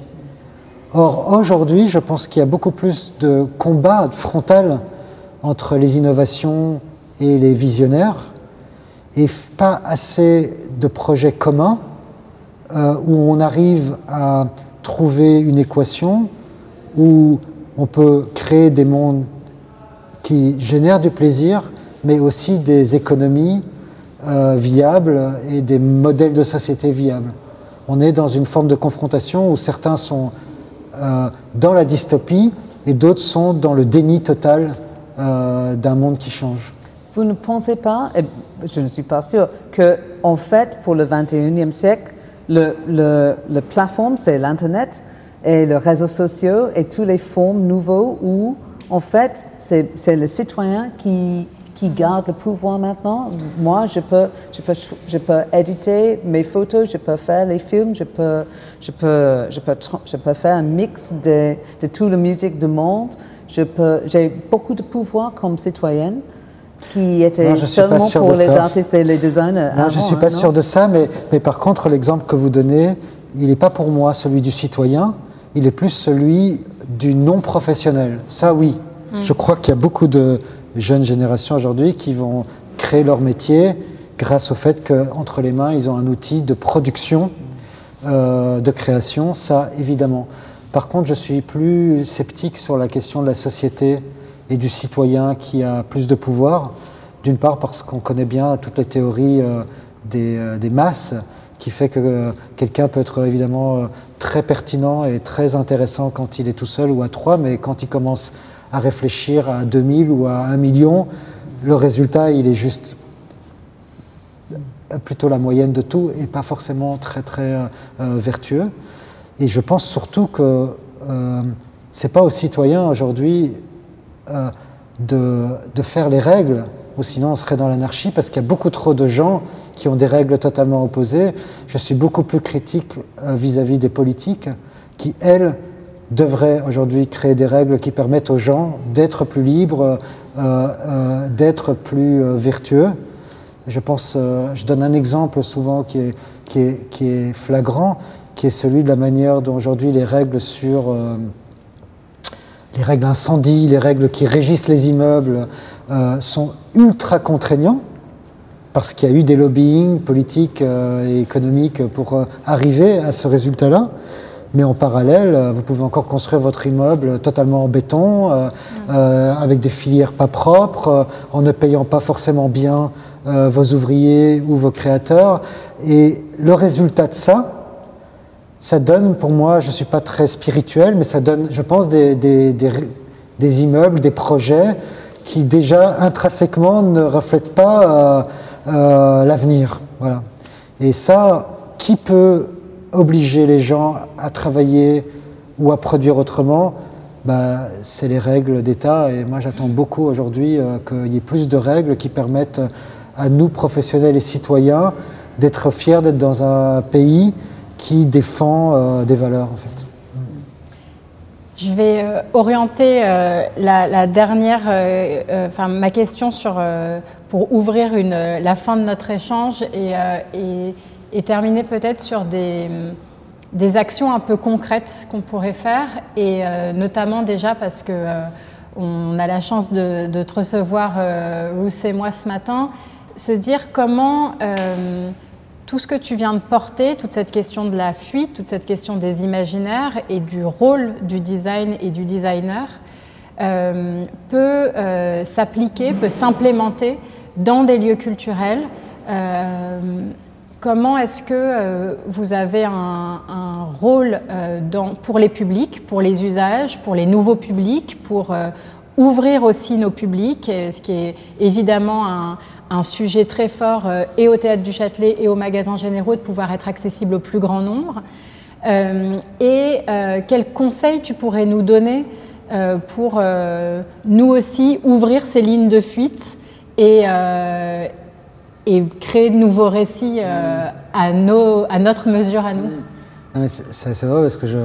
Or, aujourd'hui, je pense qu'il y a beaucoup plus de combat frontal entre les innovations et les visionnaires, et pas assez de projets communs euh, où on arrive à trouver une équation où on peut créer des mondes qui génèrent du plaisir, mais aussi des économies euh, viables et des modèles de société viables. On est dans une forme de confrontation où certains sont euh, dans la dystopie et d'autres sont dans le déni total euh, d'un monde qui change. Vous ne pensez pas, et je ne suis pas sûre, que en fait, pour le vingt et unième siècle, le, le, le plateforme, c'est l'Internet et les réseaux sociaux et toutes les formes nouvelles où, en fait, c'est, c'est le citoyen qui, qui garde le pouvoir maintenant. Moi, je peux, je, peux, je peux éditer mes photos, je peux faire les films, je peux, je peux, je peux, je peux faire un mix de, de toute la musique du monde. Je peux, j'ai beaucoup de pouvoir comme citoyenne. Qui était non, seulement pour les ça. artistes et les designers. Non, avant, je ne suis pas hein, sûr de ça, mais, mais par contre, l'exemple que vous donnez, il n'est pas pour moi celui du citoyen, il est plus celui du non-professionnel. Ça, oui. Mm. Je crois qu'il y a beaucoup de jeunes générations aujourd'hui qui vont créer leur métier grâce au fait qu'entre les mains, ils ont un outil de production, euh, de création, ça, évidemment. Par contre, je suis plus sceptique sur la question de la société et du citoyen qui a plus de pouvoir, d'une part parce qu'on connaît bien toutes les théories euh, des, euh, des masses, qui fait que euh, quelqu'un peut être évidemment euh, très pertinent et très intéressant quand il est tout seul ou à trois, mais quand il commence à réfléchir à deux mille ou à un million, le résultat il est juste plutôt la moyenne de tout et pas forcément très très euh, vertueux. Et je pense surtout que euh, c'est pas aux citoyens aujourd'hui Euh, de, de faire les règles, ou sinon on serait dans l'anarchie, parce qu'il y a beaucoup trop de gens qui ont des règles totalement opposées. Je suis beaucoup plus critique euh, vis-à-vis des politiques, qui, elles, devraient aujourd'hui créer des règles qui permettent aux gens d'être plus libres, euh, euh, d'être plus euh, vertueux. Je pense, euh, je donne un exemple souvent qui est, qui est, qui est flagrant, qui est celui de la manière dont aujourd'hui les règles sur... Euh, les règles incendie, les règles qui régissent les immeubles euh, sont ultra contraignants parce qu'il y a eu des lobbying politiques euh, et économiques pour euh, arriver à ce résultat-là. Mais en parallèle, vous pouvez encore construire votre immeuble totalement en béton, euh, euh, avec des filières pas propres, euh, en ne payant pas forcément bien euh, vos ouvriers ou vos créateurs. Et le résultat de ça, ça donne, pour moi, je ne suis pas très spirituel, mais ça donne, je pense, des, des, des, des immeubles, des projets qui déjà intrinsèquement ne reflètent pas euh, euh, l'avenir. Voilà. Et ça, qui peut obliger les gens à travailler ou à produire autrement, bah, c'est les règles d'État. Et moi, j'attends beaucoup aujourd'hui euh, qu'il y ait plus de règles qui permettent à nous, professionnels et citoyens, d'être fiers d'être dans un pays qui défend euh, des valeurs, en fait. Je vais euh, orienter euh, la, la dernière, euh, euh, enfin ma question sur, euh, pour ouvrir une, la fin de notre échange et, euh, et et terminer peut-être sur des, des actions un peu concrètes qu'on pourrait faire, et euh, notamment déjà parce que euh, on a la chance de, de te recevoir, euh, Ruth et moi, ce matin, se dire comment euh, tout ce que tu viens de porter, toute cette question de la fuite, toute cette question des imaginaires et du rôle du design et du designer euh, peut euh, s'appliquer, peut s'implémenter dans des lieux culturels. Euh, Comment est-ce que euh, vous avez un, un rôle euh, dans, pour les publics, pour les usages, pour les nouveaux publics, pour euh, ouvrir aussi nos publics, et ce qui est évidemment un, un sujet très fort euh, et au Théâtre du Châtelet et aux magasins généraux, de pouvoir être accessible au plus grand nombre. Euh, et euh, quels conseils tu pourrais nous donner euh, pour euh, nous aussi ouvrir ces lignes de fuite et euh, et créer de nouveaux récits euh, à, nos, à notre mesure, à nous. C'est vrai parce que je,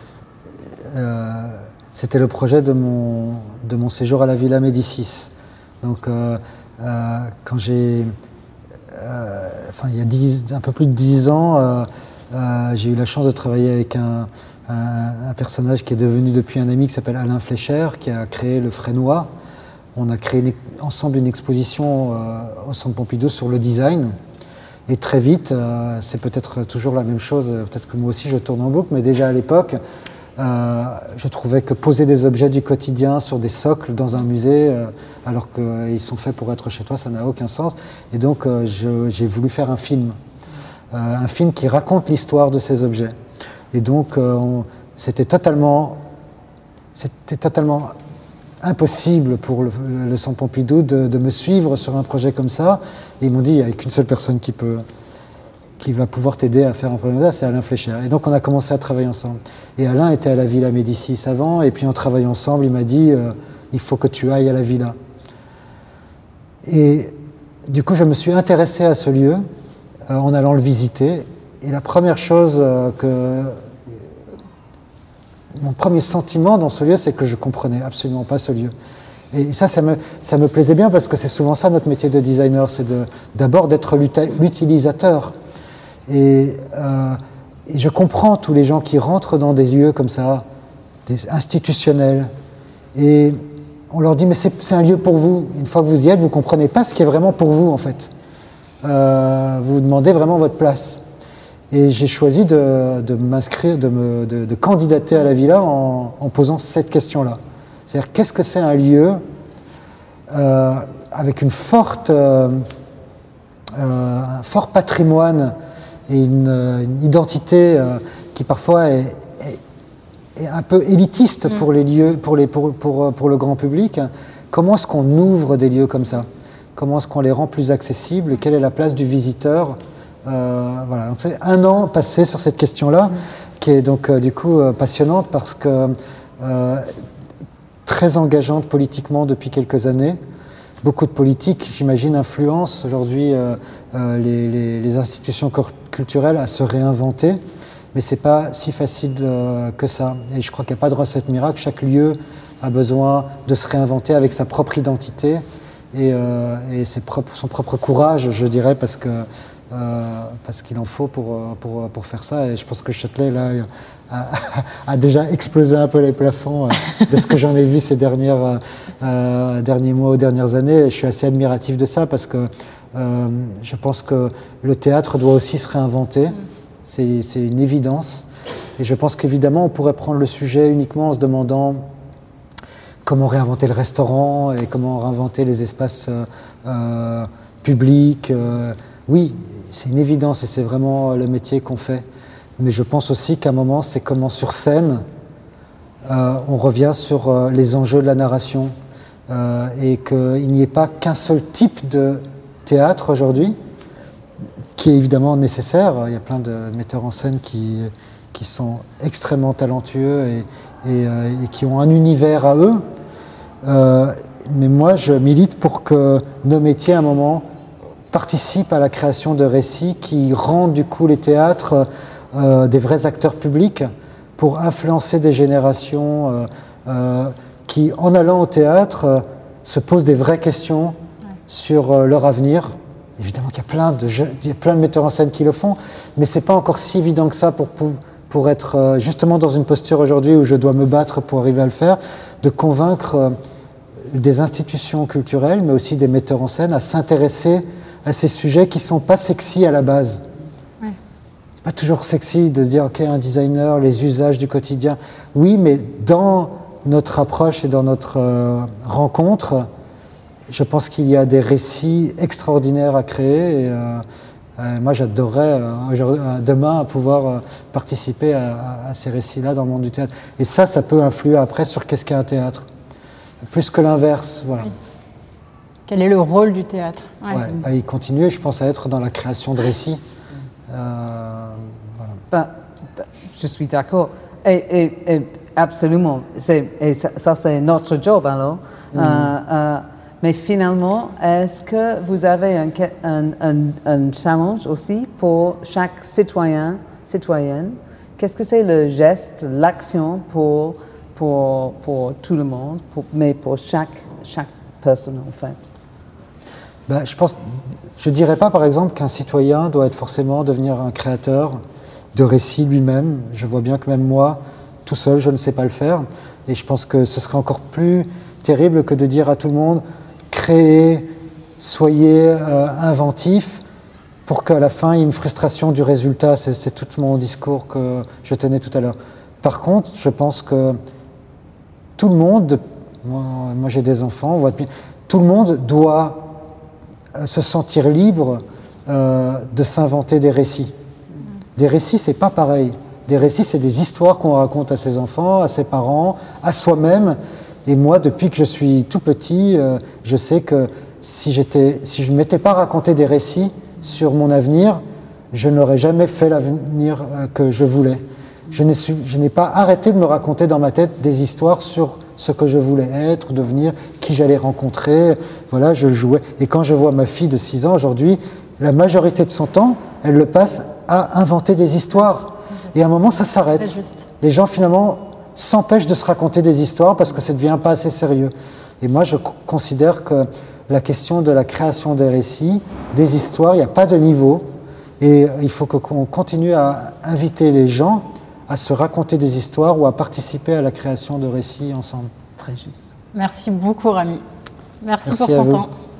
euh, c'était le projet de mon, de mon séjour à la Villa Médicis. Donc, euh, euh, quand j'ai, euh, enfin, il y a dix, un peu plus de dix ans, euh, euh, j'ai eu la chance de travailler avec un, un, un personnage qui est devenu depuis un ami qui s'appelle Alain Fleischer, qui a créé le Frénois. On a créé une, ensemble une exposition euh, au Centre Pompidou sur le design. Et très vite, euh, c'est peut-être toujours la même chose, peut-être que moi aussi je tourne en boucle, mais déjà à l'époque, euh, je trouvais que poser des objets du quotidien sur des socles dans un musée, euh, alors qu'ils sont faits pour être chez toi, ça n'a aucun sens. Et donc euh, je, j'ai voulu faire un film, euh, un film qui raconte l'histoire de ces objets. Et donc euh, on, c'était totalement, c'était totalement impossible pour le, le Centre Pompidou de, de me suivre sur un projet comme ça. Et ils m'ont dit, il n'y a qu'une seule personne qui, peut, qui va pouvoir t'aider à faire un projet comme ça, c'est Alain Fleischer. Et donc on a commencé à travailler ensemble. Et Alain était à la Villa Médicis avant, et puis en travaillant ensemble, il m'a dit, euh, il faut que tu ailles à la Villa. Et du coup, je me suis intéressé à ce lieu euh, en allant le visiter. Et la première chose euh, que... Mon premier sentiment dans ce lieu, c'est que je ne comprenais absolument pas ce lieu. Et ça, ça me, ça me plaisait bien parce que c'est souvent ça notre métier de designer, c'est de, d'abord d'être l'utilisateur. Et, euh, et je comprends tous les gens qui rentrent dans des lieux comme ça, des institutionnels, et on leur dit mais c'est, c'est un lieu pour vous. Une fois que vous y êtes, vous ne comprenez pas ce qui est vraiment pour vous en fait. Euh, vous vous demandez vraiment votre place. Et j'ai choisi de, de m'inscrire, de, me, de, de candidater à la Villa en, en posant cette question-là. C'est-à-dire, qu'est-ce que c'est un lieu euh, avec une forte, euh, euh, un fort patrimoine et une, une identité euh, qui parfois est, est, est un peu élitiste pour les lieux, pour, les, pour, pour, pour le grand public. Comment est-ce qu'on ouvre des lieux comme ça? Comment est-ce qu'on les rend plus accessibles? Quelle est la place du visiteur? Euh, voilà, donc c'est un an passé sur cette question-là, mmh. qui est donc euh, du coup euh, passionnante parce que euh, très engageante politiquement depuis quelques années. Beaucoup de politiques, j'imagine, influencent aujourd'hui euh, euh, les, les, les institutions culturelles à se réinventer, mais c'est pas si facile euh, que ça. Et je crois qu'il n'y a pas de recette miracle. Chaque lieu a besoin de se réinventer avec sa propre identité et, euh, et ses propres, son propre courage, je dirais, parce que Euh, parce qu'il en faut pour, pour, pour faire ça. Et je pense que Châtelet là, a, a déjà explosé un peu les plafonds euh, de ce que j'en ai vu ces dernières, euh, derniers mois ou dernières années. Et je suis assez admiratif de ça parce que euh, je pense que le théâtre doit aussi se réinventer. Mm. C'est, c'est une évidence. Et je pense qu'évidemment, on pourrait prendre le sujet uniquement en se demandant comment réinventer le restaurant et comment réinventer les espaces euh, euh, publics. Euh, oui, c'est une évidence et c'est vraiment le métier qu'on fait. Mais je pense aussi qu'à un moment, c'est comment sur scène, euh, on revient sur euh, les enjeux de la narration euh, et qu'il n'y ait pas qu'un seul type de théâtre aujourd'hui, qui est évidemment nécessaire. Il y a plein de metteurs en scène qui, qui sont extrêmement talentueux et, et, euh, et qui ont un univers à eux. Euh, mais moi, je milite pour que nos métiers, à un moment, participent à la création de récits qui rendent du coup les théâtres euh, des vrais acteurs publics pour influencer des générations euh, euh, qui, en allant au théâtre, euh, se posent des vraies questions ouais. sur euh, leur avenir. Évidemment qu'il y a plein de jeux, il y a plein de metteurs en scène qui le font, mais c'est pas encore si évident que ça pour, pour, pour être euh, justement dans une posture aujourd'hui où je dois me battre pour arriver à le faire, de convaincre euh, des institutions culturelles, mais aussi des metteurs en scène à s'intéresser à ces sujets qui sont pas sexy à la base. Ouais. C'est pas toujours sexy de se dire ok, un designer, les usages du quotidien. Oui, mais dans notre approche et dans notre euh, rencontre, je pense qu'il y a des récits extraordinaires à créer et euh, euh, moi j'adorerais euh, demain pouvoir euh, participer à, à, à ces récits-là dans le monde du théâtre. Et ça, ça peut influer après sur qu'est-ce qu'est un théâtre. Plus que l'inverse, voilà. Oui. Quel est le rôle du théâtre? Ouais. Ouais, bah, il continue, je pense, à être dans la création de récits. Euh, voilà. bah, bah, je suis d'accord. Et, et, et absolument. C'est, et ça, ça, c'est notre job, alors. Mm. Euh, euh, mais finalement, est-ce que vous avez un, un, un, un challenge aussi pour chaque citoyen, citoyenne? Qu'est-ce que c'est le geste, l'action pour... Pour, pour tout le monde, pour, mais pour chaque, chaque personne en fait. Ben, je pense, je ne dirais pas par exemple qu'un citoyen doit être forcément devenir un créateur de récits lui-même. Je vois bien que même moi, tout seul, je ne sais pas le faire. Et je pense que ce serait encore plus terrible que de dire à tout le monde créez, soyez euh, inventifs, pour qu'à la fin il y ait une frustration du résultat. C'est, c'est tout mon discours que je tenais tout à l'heure. Par contre, je pense que tout le monde, moi, moi j'ai des enfants, on voit depuis, tout le monde doit euh, se sentir libre euh, de s'inventer des récits. Mmh. Des récits, c'est pas pareil. Des récits, c'est des histoires qu'on raconte à ses enfants, à ses parents, à soi-même. Et moi, depuis que je suis tout petit, euh, je sais que si, j'étais, si je ne m'étais pas raconté des récits sur mon avenir, je n'aurais jamais fait l'avenir euh, que je voulais. Je n'ai, su, je n'ai pas arrêté de me raconter dans ma tête des histoires sur ce que je voulais être, devenir, qui j'allais rencontrer. Voilà, je jouais. Et quand je vois ma fille de six ans aujourd'hui, la majorité de son temps, elle le passe à inventer des histoires. Et à un moment, ça s'arrête. Les gens, finalement, s'empêchent de se raconter des histoires parce que ça ne devient pas assez sérieux. Et moi, je considère que la question de la création des récits, des histoires, il n'y a pas de niveau. Et il faut qu'on continue à inviter les gens à se raconter des histoires ou à participer à la création de récits ensemble. Très juste. Merci beaucoup, Rami. Merci, Merci pour ton temps.